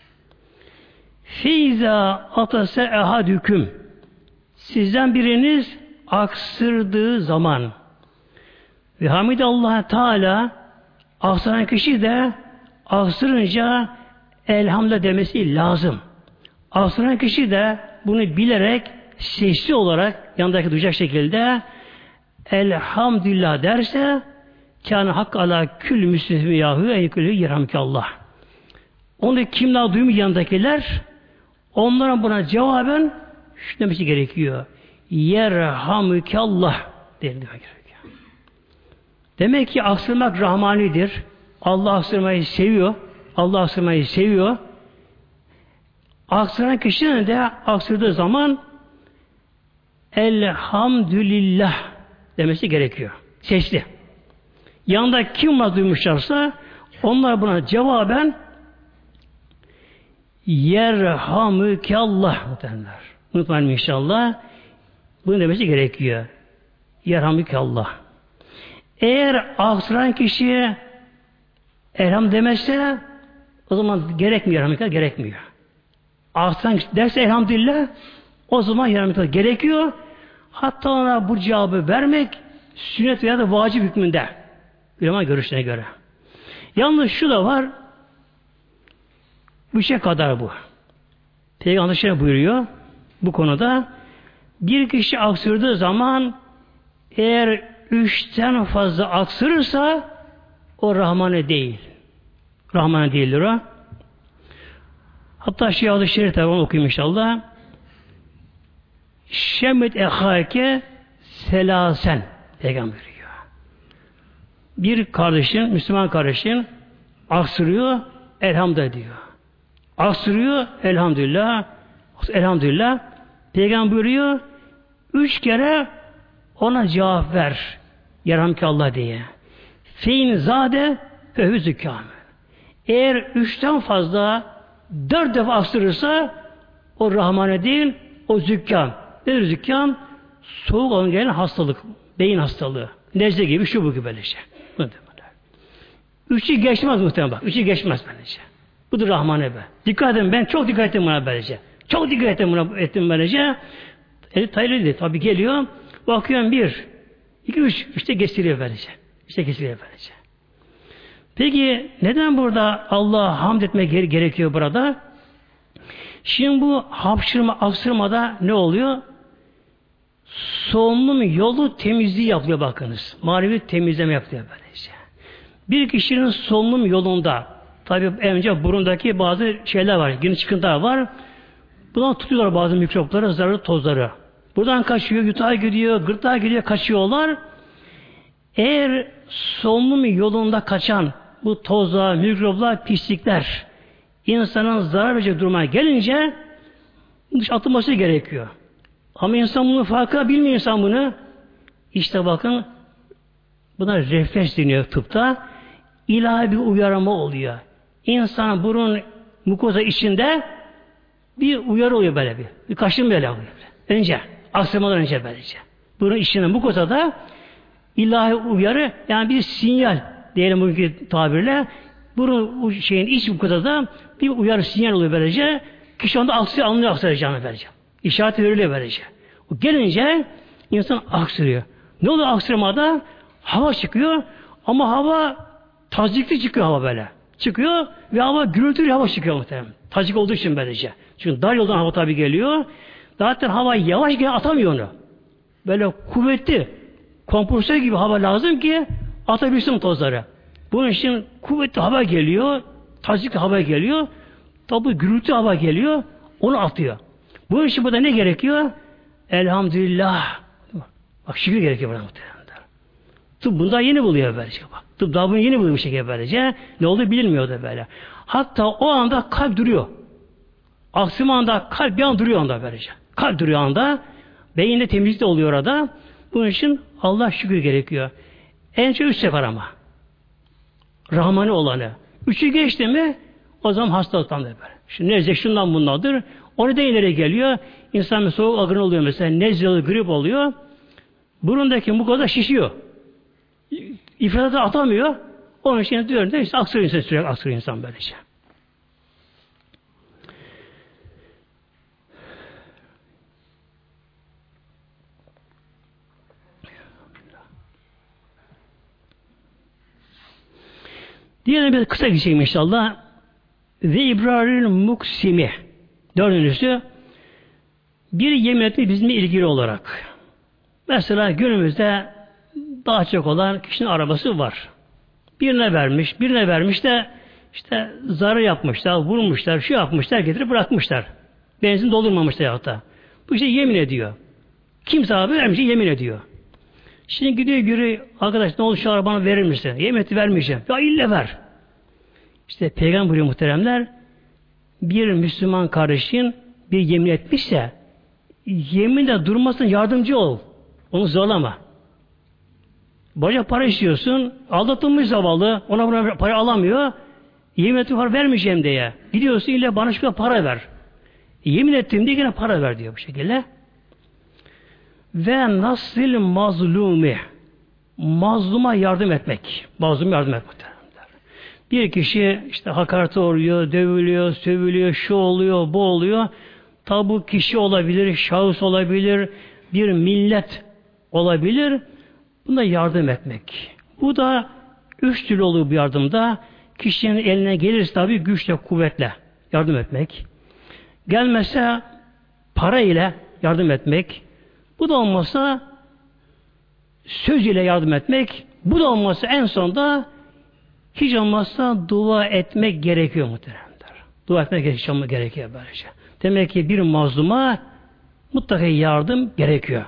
Feyza atase ehadüküm. Sizden biriniz aksırdığı zaman ve hamidallah Teala aksıran kişi de aksırınca elhamdülillah demesi lazım. Aksıran kişi de bunu bilerek sesli olarak yanındaki duyacak şekilde elhamdülillah derse kâne hak ala kül müslimi yahu eykülü yerhamdülillah. Onu kimler duymuyor yanındakiler, onlara buna cevaben şu demesi gerekiyor. Yerhamdülillah demek gerekiyor. Demek ki aksırmak rahmanidir. Allah aksırmayı seviyor. Allah aksırmayı seviyor. Aksıran kişinin de aksırdığı zaman elhamdülillah demesi gerekiyor. Sesli. Yanında kim var duymuşlarsa onlar buna cevaben yerhamükallah derler. Unutmayın inşallah. Bunu demesi gerekiyor. Yerhamükallah. Eğer aksıran kişiye elham demezse o zaman gerekmiyor yerhamükallah, gerekmiyor. Aksıran kişi derse elhamdülillah o zaman yerhamükallah gerekiyor. Hatta ona bu cevabı vermek sünnet veya da vacip hükmünde. Ulema görüşlerine göre. Yalnız şu da var, bu şey kadar bu. Peygamber şöyle buyuruyor bu konuda, bir kişi aksırdığı zaman eğer üçten fazla aksırırsa o Rahmane değil. Rahmane değildir o. Hatta şey adı şerif tabi onu okuyayım inşallah. Şemmet ehâke selâsen Peygamber diyor. Bir kardeşin, Müslüman kardeşin aksırıyor, elhamdülillah diyor. Aksırıyor, elhamdülillah. Elhamdülillah. Peygamber buyuruyor, üç kere ona cevap ver. Yerhamdülillah diye. Fein zade fehü zükâm. Eğer üçten fazla dört defa aksırırsa o Rahmane değil, o zükkâm. Nedir zükkâm? Soğuk olan gelen hastalık. Beyin hastalığı. Nezle gibi, şu bu gibi böyle şey. Üçü geçmez muhtemelen bak. Üçü geçmez böylece. Budur Rahmane be. Dikkat edin. Ben çok dikkat ettim buna böylece. Çok dikkat ettim buna ettim böylece. Eli tayrıydı. Tabi geliyor. Bakıyorum bir, iki, üç. İşte kesiliyor böylece. İşte kesiliyor böylece. Peki neden burada Allah'a hamd etmek gerekiyor burada? Şimdi bu hapşırma, aksırmada ne oluyor? Solunum yolu temizliği yapıyor bakınız. Manevi temizleme yapıyor böylece. Bir kişinin solunum yolunda tabi önce burundaki bazı şeyler var. Yine çıkıntılar var. Buradan tutuyorlar bazı mikropları, zararlı tozları. Buradan kaçıyor, yutağa gidiyor, gırtlağa gidiyor, kaçıyorlar. Eğer solunum yolunda kaçan bu tozlar, mikroplar, pislikler insanın zarar verecek duruma gelince dış atılması gerekiyor. Ama insan bunun farkına bilmiyor insan bunu. İşte bakın buna refleks deniyor tıpta. İlahi bir uyarma oluyor. İnsan burun mukoza içinde bir uyarı oluyor böyle bir. Bir kaşın böyle oluyor. Önce, aksırmadan önce böylece. Burun içinde mukozada ilahi uyarı, yani bir sinyal diyelim bugünkü tabirle, burun şeyin iç mukozada bir uyarı sinyal oluyor böylece. Kişi onda aksıyor, anlıyor aksıracağını böylece. İşaret veriliyor böylece. O gelince insan aksırıyor. Ne oluyor aksırmada? Hava çıkıyor ama hava tazikli çıkıyor hava böyle. Çıkıyor ve hava gürültülü hava çıkıyor muhtemelen. Tazik olduğu için böylece. Çünkü dar yoldan hava tabi geliyor. Zaten hava yavaş gene atamıyor onu. Böyle kuvvetli, kompresör gibi hava lazım ki atabilsin tozları. Bunun için kuvvetli hava geliyor, tazikli hava geliyor, tabi gürültü hava geliyor, onu atıyor. Bunun için burada ne gerekiyor? Elhamdülillah. Bak şükür gerekiyor burada muhtemelen. Tıp bundan yeni buluyor böylece bak. Tıp daha bunu yeni buluyor bu şekilde böylece. Ne olduğu bilinmiyor da böyle. Hatta o anda kalp duruyor. Aksime anda kalp bir an duruyor anda böylece. Kalp duruyor anda. Beyinde temizlik de oluyor orada. Bunun için Allah şükür gerekiyor. En çok üç sefer ama. Rahmani olanı. Üçü geçti mi o zaman hastalıktan da böyle. Şimdi nezle şundan bundandır. O neden ileri geliyor. İnsan bir soğuk algın oluyor mesela. Nezle grip oluyor. Burundaki mukoza şişiyor. İfradata atamıyor. Onun için diyorum da işte aksırıyor insan, sürekli aksırıyor insan böylece. Diğerine bir kısa geçeyim inşallah. Ve ibraril muksimi. Dördüncüsü bir yemin etme bizimle ilgili olarak. Mesela günümüzde daha çok olan kişinin arabası var. Birine vermiş, birine vermiş de işte zarar yapmışlar, vurmuşlar, şu yapmışlar, getirip bırakmışlar. Benzin doldurmamışlar ya da. Bu işte yemin ediyor. Kimse abi vermiş, yemin ediyor. Şimdi gidiyor görüyor, arkadaş ne olur şu arabanı verir misin? Yemin etti vermeyeceğim. Ya ille ver. İşte Peygamber buyuruyor muhteremler, bir Müslüman kardeşin bir yemin etmişse yeminle durmasına yardımcı ol. Onu zorlama. Bacak para istiyorsun, aldatılmış zavallı, ona buna para alamıyor, yemin ettim para vermeyeceğim diye. Gidiyorsun ile bana şu para ver. Yemin ettim diye yine para ver diyor bu şekilde. Ve nasıl mazlumi, mazluma yardım etmek. Mazluma yardım etmek. Bir kişi işte hakarete uğruyor, dövülüyor, sövülüyor, şu oluyor, bu oluyor. Tabi bu kişi olabilir, şahıs olabilir, bir millet olabilir. Buna yardım etmek. Bu da üç türlü oluyor bu yardımda. Kişinin eline gelirse tabi güçle, kuvvetle yardım etmek. Gelmezse para ile yardım etmek. Bu da olmazsa söz ile yardım etmek. Bu da olmazsa en sonunda hiç olmazsa dua etmek gerekiyor muhteremler. Dua etmek gerekiyor böylece. Demek ki bir mazluma mutlaka yardım gerekiyor.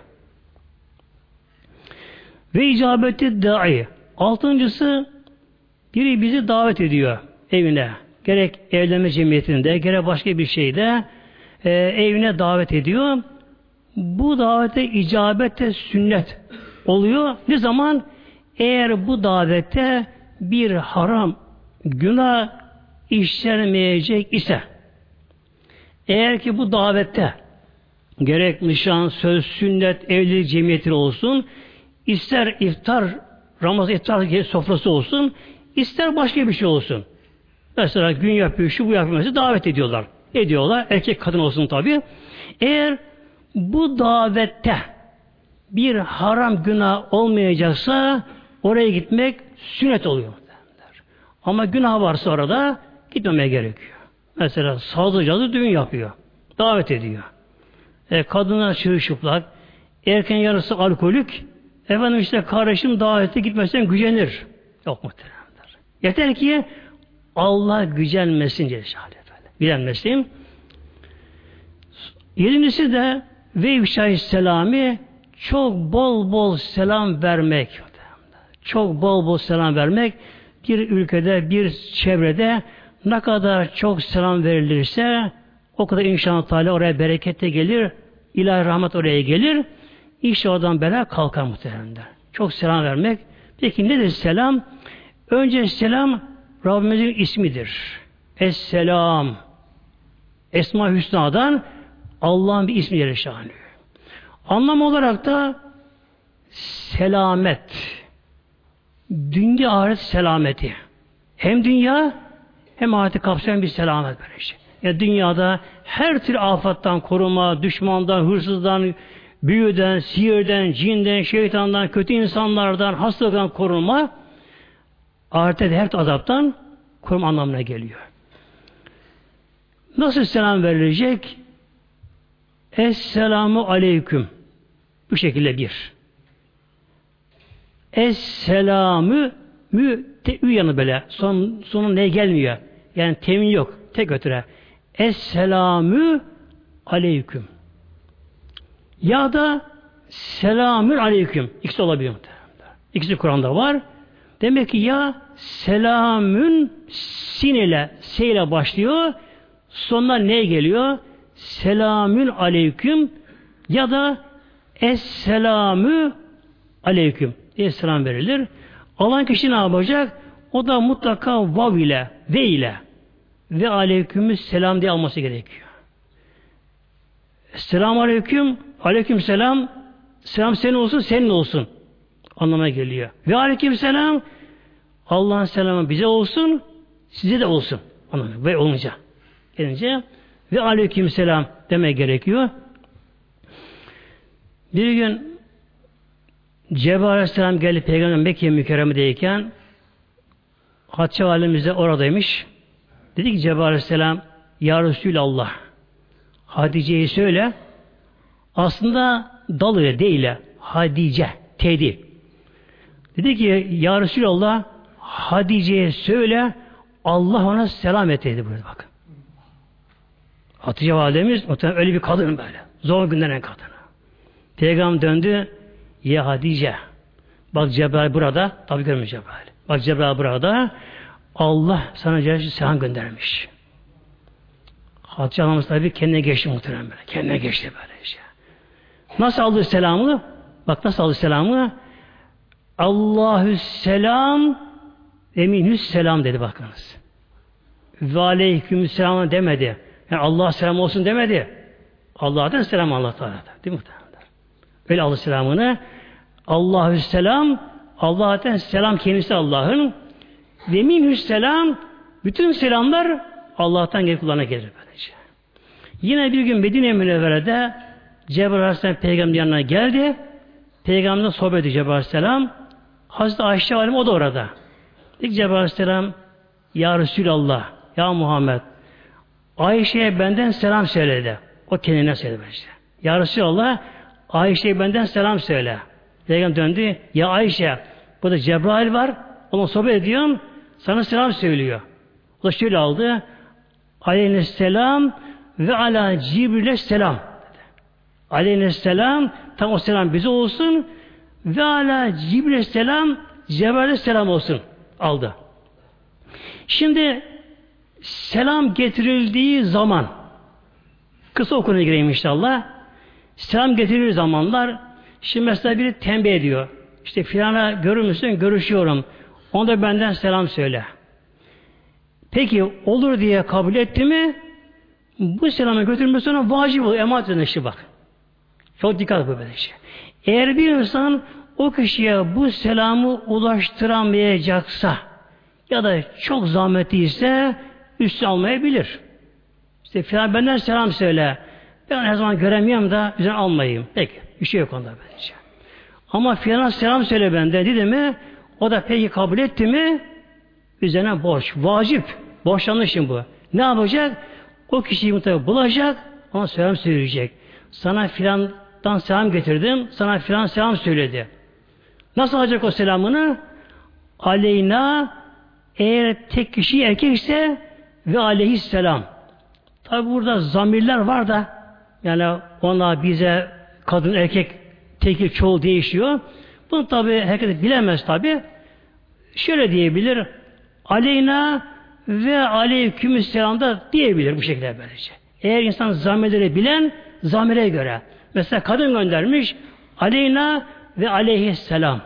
Ve icabeti da'i. Altıncısı biri bizi davet ediyor evine. Gerek evlenme cemiyetinde, gerek başka bir şeyde e, evine davet ediyor. Bu davete icabete sünnet oluyor. Ne zaman? Eğer bu davete bir haram, günah işlenmeyecek ise, eğer ki bu davette gerek nişan, söz, sünnet, evlilik cemiyeti olsun, ister iftar, Ramazan iftar sofrası olsun, ister başka bir şey olsun. Mesela gün yapıyor, şu bu yapıyor, mesela davet ediyorlar. Ediyorlar, erkek kadın olsun tabi. Eğer bu davette bir haram günah olmayacaksa oraya gitmek sünnet oluyor. Ama günah varsa orada gitmemeye gerekiyor. Mesela sazlıcalı düğün yapıyor. Davet ediyor. E, kadına çırılçıplak, erken yarısı alkolik, efendim işte kardeşim davete gitmezsen gücenir. Yok muhteremler. Yeter ki Allah gücenmesin diye şahane efendim. Bilenmesin. Yedincisi de ve ifşa-i selami, çok bol bol selam vermek. Çok bol bol selam vermek. Bir ülkede, bir çevrede ne kadar çok selam verilirse o kadar inşallah Teala oraya bereket de gelir. İlahi rahmet oraya gelir. İşte oradan bela kalkar muhteremler. Çok selam vermek. Peki nedir selam? Önce selam Rabbimizin ismidir. Es-selam. Esma-i Hüsna'dan Allah'ın bir ismi yerleşanıyor. Anlam olarak da selamet. Dünya ahiret selameti. Hem dünya hem ahireti kapsayan bir selamet böyle şey. Ya dünyada her tür afattan koruma, düşmandan, hırsızdan, büyüden, sihirden, cinden, şeytandan, kötü insanlardan, hastalıktan korunma, ahirette de her tür azaptan koruma anlamına geliyor. Nasıl selam verilecek? Esselamu aleyküm. Bu şekilde bir. Es-selamü mü te ü yanı böyle. Son, sonu ne gelmiyor? Yani temin yok. Tek ötüre. Es-selamü aleyküm. Ya da selamün aleyküm. İkisi olabiliyor. İkisi Kur'an'da var. Demek ki ya selamün sin ile se ile başlıyor. Sonuna ne geliyor? Selamün aleyküm ya da es-selamü aleyküm diye selam verilir. Alan kişi ne yapacak? O da mutlaka vav ile, ve ile ve aleykümüs selam diye alması gerekiyor. Selamun aleyküm, aleyküm selam, selam senin olsun, senin olsun anlamına geliyor. Ve aleyküm selam, Allah'ın selamı bize olsun, size de olsun anlamına ve olunca. Gelince ve aleyküm selam demek gerekiyor. Bir gün Cebrail Aleyhisselam geldi Peygamber Mekke mükerremedeyken Hatice validemiz de oradaymış. Dedi ki Cebrail Aleyhisselam Ya Resulallah Hatice'yi söyle aslında dalı değil Hadice tedi. Dedi ki Ya Resulallah Hatice'ye söyle Allah ona selam et dedi burada bakın. Hatice validemiz öyle bir kadın böyle. Zor günlerin kadını. Peygamber döndü. Ya Hatice. Bak Cebrail burada. Tabi görmüyor Cebrail. Bak Cebrail burada. Allah sana Cebrail'e selam göndermiş. Hatice anamız tabi kendine geçti muhtemelen böyle. Kendine geçti böyle işte. Nasıl aldı selamı? Bak nasıl aldı selamı? Allahü selam eminüs selam dedi bakınız. Ve aleyküm selam demedi. Yani Allah'a selam olsun demedi. Allah'tan selam Allah Teala'da. Değil mi? Öyle aldı selamını. Allahü selam Allah'tan selam kendisi Allah'ın ve minhüs selam bütün selamlar Allah'tan gelip kulağına gelir böylece. Yine bir gün Medine-i Münevvere'de Cebrail Aleyhisselam Peygamber yanına geldi. Peygamber'le sohbet ediyor Cebrail Aleyhisselam. Hazreti Ayşe Validem o da orada. İlk Cebrail Aleyhisselam Ya Resulallah Ya Muhammed Ayşe'ye benden selam söyledi. O kendine söyledi işte. Ya Resulallah Ayşe'ye benden selam söyle. Peygamber döndü. Ya Ayşe burada Cebrail var. Ona sohbet ediyorum. Sana selam söylüyor. O da şöyle aldı. Aleyhisselam ve ala Cibril'e selam. Aleyhisselam tam o selam bize olsun ve ala Cibril'e selam Cebrail'e selam olsun. Aldı. Şimdi selam getirildiği zaman kısa o konuya gireyim inşallah. Selam getirir zamanlar şimdi mesela biri tembih ediyor. İşte filana görür müsün? Görüşüyorum. Ona da benden selam söyle. Peki olur diye kabul etti mi bu selamı götürmesi sonra vacip oluyor. Emanet eden işi bak. Çok dikkat bu böyle şey. Eğer bir insan o kişiye bu selamı ulaştıramayacaksa ya da çok zahmetliyse üstü almayabilir. İşte filan benden selam söyle. Ben her zaman göremiyorum da üzerine almayayım. Peki. Bir şey yok onda bence. Ama filan selam söyle benden dedi mi o da peki kabul etti mi üzerine borç. Vacip. Borçlanmışım bu. Ne yapacak? O kişiyi mutlaka bulacak ona selam söyleyecek. Sana filandan selam getirdim. Sana filan selam söyledi. Nasıl alacak o selamını? Aleyna eğer tek kişi erkekse ve aleyhisselam. Tabi burada zamirler var da Yani ona, bize, kadın, erkek, tekil, çoğul değişiyor. Bunu tabi herkes bilemez tabi. Şöyle diyebilir. Aleyna ve aleykümselam da diyebilir bu şekilde böylece. Eğer insan zamirleri bilen, zamire göre. Mesela kadın göndermiş. Aleyna ve aleyhisselam.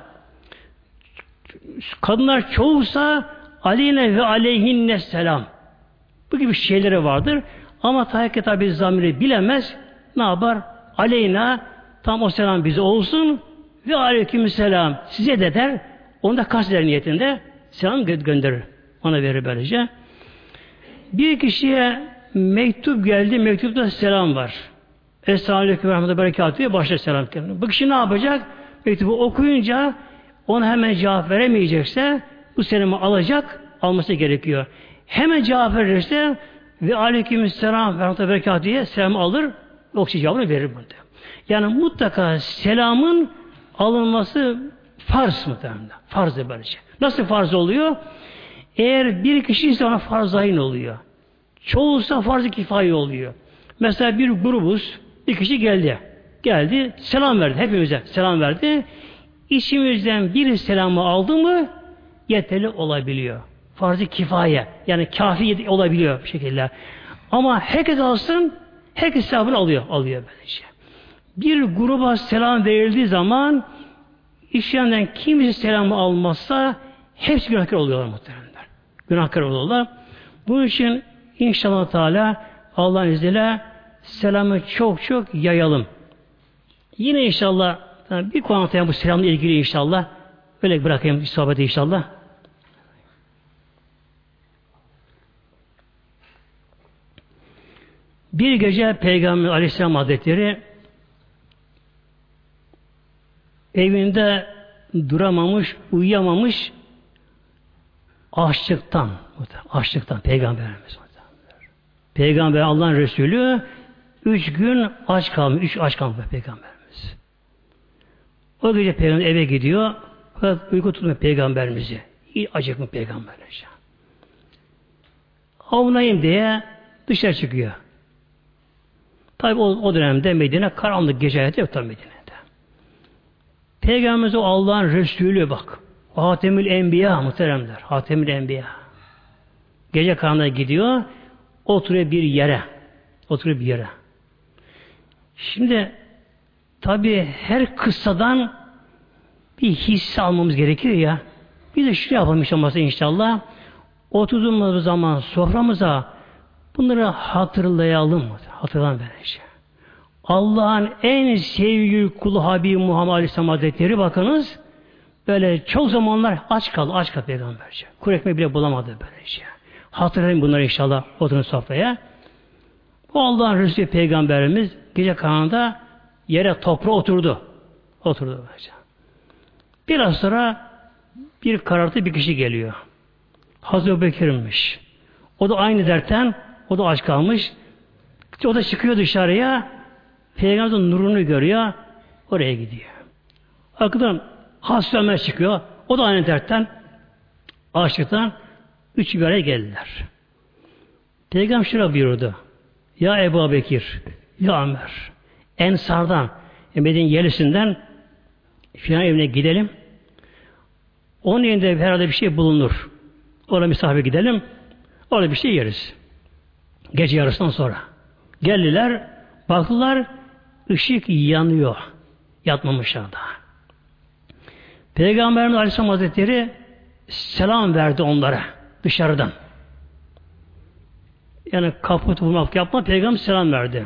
Kadınlar çoğulsa aleyne ve aleyhinne selam. Bu gibi şeyleri vardır. Ama tabi tabi zamiri bilemez. Ne yapar? Aleyna tam o selam bize olsun ve aleykümselam size de der. Onu da kasteder niyetinde selam gö- gönderir. Ona verir böylece. Bir kişiye mektup geldi. Mektupta selam var. Esselamu Aleyküm ve Rahmetullah Berekatuhu diye başlar selam. Bu kişi ne yapacak? Mektubu okuyunca ona hemen cevap veremeyecekse bu selamı alacak, alması gerekiyor. Hemen cevap verirse ve aleykümselam ve rahmetullah berekatuhu diye selamı alır, o kişi cevabını verir bunda. Yani mutlaka selamın alınması farz muhtemelen. Farzdır böylece. Nasıl farz oluyor? Eğer bir kişi ise ona farz ayın oluyor. Çoğulsa farz-ı kifaye oluyor. Mesela bir grubuz, bir kişi geldi. Geldi, selam verdi. Hepimize selam verdi. İçimizden bir selamı aldı mı yeterli olabiliyor. Farz-ı kifaye. Yani kafi olabiliyor bu şekilde. Ama herkes alsın, herkes selamını alıyor. Alıyor böylece. Bir gruba selam verildiği zaman işlerinden kimisi selamı almazsa hepsi günahkar oluyorlar muhtemelen. Günahkar oluyorlar. Bunun için inşallah Teala Allah'ın izniyle selamı çok çok yayalım. Yine inşallah bir konu anlatayım bu selamla ilgili inşallah. Öyle bırakayım bir sohbeti inşallah. Bir gece Peygamber Aleyhisselam Hazretleri evinde duramamış, uyuyamamış açlıktan, açlıktan Peygamberimiz. Peygamber Allah'ın Resulü üç gün aç kalmış, üç aç kalmış Peygamberimiz. O gece Peygamber eve gidiyor, fakat uyku tutmuyor Peygamberimizi. İyi acıkmış Peygamberimiz. Avunayım diye dışarı çıkıyor. Tabi o, o dönemde Medine karanlık gece hayatı yok tabi Medine'de. Peygamberimiz o Allah'ın Resulü bak. Hatemül Enbiya muhteremler. Hatemül Enbiya. Gece karanlığa gidiyor, oturuyor bir yere. Oturuyor bir yere. Şimdi tabi her kıssadan bir hisse almamız gerekir ya. Biz de şunu yapalım inşallah inşallah. Oturduğumuz zaman soframıza bunları hatırlayalım. Hatırlayalım böylece. Allah'ın en sevgili kulu Habib Muhammed Aleyhisselam Hazretleri bakınız böyle çok zamanlar aç kaldı. Aç kaldı Peygamberce. Kuru ekmeği bile bulamadı böylece. Hatırlayın bunları inşallah oturun sofraya. Bu Allah'ın Resulü Peygamberimiz gece karanlığında yere toprağa oturdu. Oturdu böylece. Biraz sonra bir karartı bir kişi geliyor. Hazreti Bekir'miş. O da aynı dertten, o da aç kalmış. O da çıkıyor dışarıya, Peygamberin nurunu görüyor, oraya gidiyor. Arkadan Hazreti Ömer çıkıyor, o da aynı dertten, açlıktan, üç bir araya geldiler. Peygamber şöyle buyurdu. Ya Ebu Bekir, ya Ömer, Ensar'dan, Medine'nin yerlisinden filan evine gidelim. Onun yerinde herhalde bir şey bulunur. Orada misafir gidelim. Orada bir şey yeriz. Gece yarısından sonra. Geldiler, baktılar, ışık yanıyor. Yatmamışlar daha. Peygamberimiz Aleyhisselam Hazretleri selam verdi onlara dışarıdan. Yani kapı tutmak yapma, Peygamber selam verdi.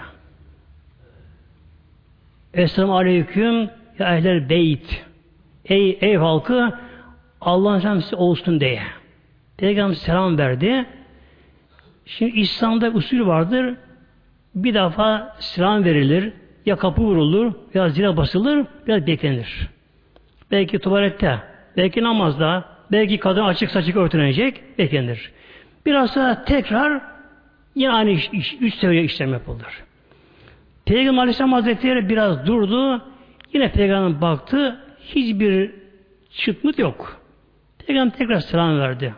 Esselamu Aleyküm ya ehlel beyt. Ey ev halkı, Allah'ın selamı size olsun diye. Peygamber selam verdi. Şimdi İslam'da usul vardır. Bir defa selam verilir, ya kapı vurulur, ya zile basılır, biraz beklenir. Belki tuvalette, belki namazda, belki kadın açık saçık örtünecek, beklenir. Biraz sonra tekrar yine aynı iş, iş, üç seviye işlem yapılır. Peygamber Aleyhisselam Hazretleri biraz durdu, yine Peygamber baktı, hiçbir çıtmıt yok. Peygamber tekrar selam verdi.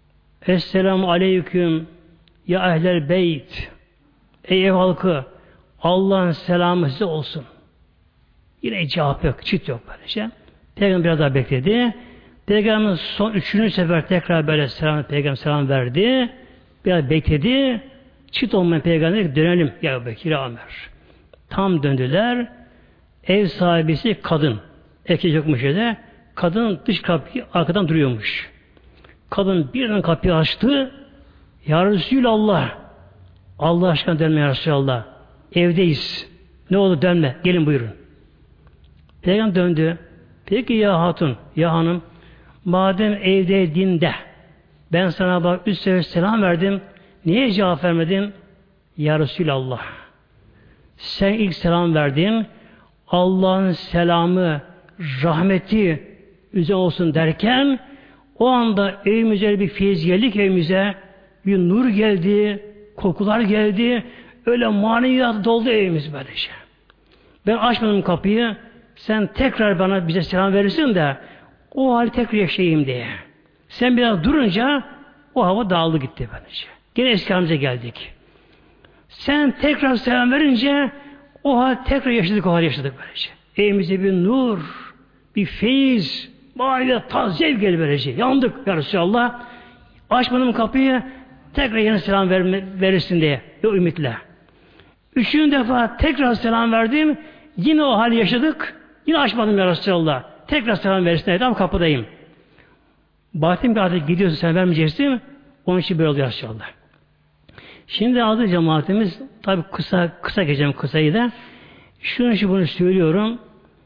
Esselamu Aleyküm ya ehlel beyt. Ey ev halkı, Allah'ın selamı size olsun. Yine cevap yok. Çıt yok böyle şey. Peygamber biraz daha bekledi. Peygamber son üçüncü sefer tekrar böyle selam, Peygamber selam verdi. Biraz bekledi. Çıt olmayan Peygamber dönelim. Ya Bekir Ömer. Tam döndüler. Ev sahibisi kadın. Erkek yokmuş de. Kadın dış kapıyı arkadan duruyormuş. Kadın birden kapıyı açtı. Ya Resulallah. Allah aşkına dönme ya Resulallah. Evdeyiz. Ne oldu dönme. Gelin buyurun. Peygamber döndü. Peki ya hatun, ya hanım, madem evdeydin de ben sana bak üç sefer selam verdim. Niye cevap vermedin? Ya Resulallah. Sen ilk selam verdin. Allah'ın selamı, rahmeti üzerine olsun derken o anda evimize bir feyiz geldi ki evimize bir nur geldi, kokular geldi. Öyle maneviyat doldu evimiz böylece. Ben açmadım kapıyı. Sen tekrar bana bize selam verirsin de o hali tekrar yaşayayım diye. Sen biraz durunca o hava dağıldı gitti böylece. Yine eski halimize geldik. Sen tekrar selam verince o hal tekrar yaşadık, o hal yaşadık böylece. Evimize bir nur, bir feyiz, maneviyat, tazev geldi böylece. Yandık ya Resulallah. Açmadım kapıyı, tekrar yine selam ver, verirsin diye. O ümitle. Üçüncü defa tekrar selam verdim. Yine o hali yaşadık. Yine açmadım ya Resulallah. Tekrar selam verirsin diye. Tam kapıdayım. Baktım ki artık gidiyorsun sen vermeyeceksin. Onun için böyle oluyor Resulallah. Şimdi adı cemaatimiz tabi kısa kısa geçeceğim kısayı da. Şunun için bunu söylüyorum.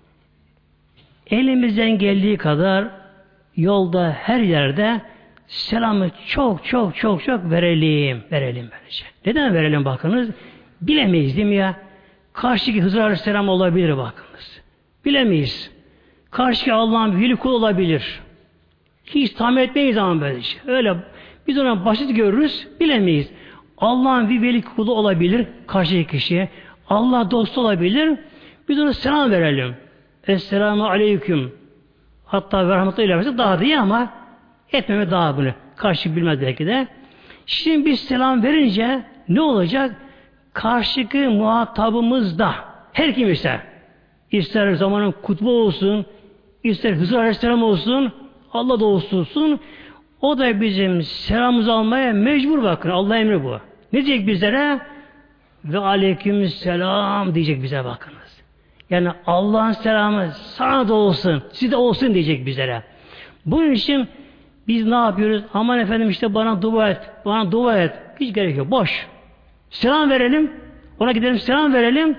Elimizden geldiği kadar yolda her yerde selamı çok çok çok çok verelim. Verelim böylece. Neden verelim bakınız? Bilemeyiz değil mi ya? Karşıdaki Hızır Aleyhisselam olabilir bakınız. Bilemeyiz. Karşıdaki Allah'ın bir kul olabilir. Hiç tahmin etmeyiz ama böylece. Öyle biz ona basit görürüz, bilemeyiz. Allah'ın bir veli kulu olabilir karşıdaki kişiye. Allah dostu olabilir. Biz ona selam verelim. Esselamu aleyküm. Hatta ve rahmetullahi versek daha değil ama etmeme daha bunu. Karşı bilmez belki de. Şimdi biz selam verince ne olacak? Karşıki muhatabımız da her kim ise ister zamanın kutbu olsun, ister Hızır Aleyhisselam olsun, Allah da olsun, o da bizim selamımızı almaya mecbur bakın. Allah emri bu. Ne diyecek bizlere? Ve aleykümselam diyecek bize bakınız. Yani Allah'ın selamı sana da olsun, size de olsun diyecek bizlere. Bunun için biz ne yapıyoruz? Aman efendim işte bana dua et, bana dua et. Hiç gerek yok. Boş. Selam verelim. Ona gidelim selam verelim.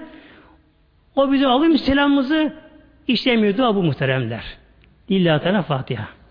O bize alayım selamımızı işlemiyor dua bu muhteremler. İlla Teala Fatiha.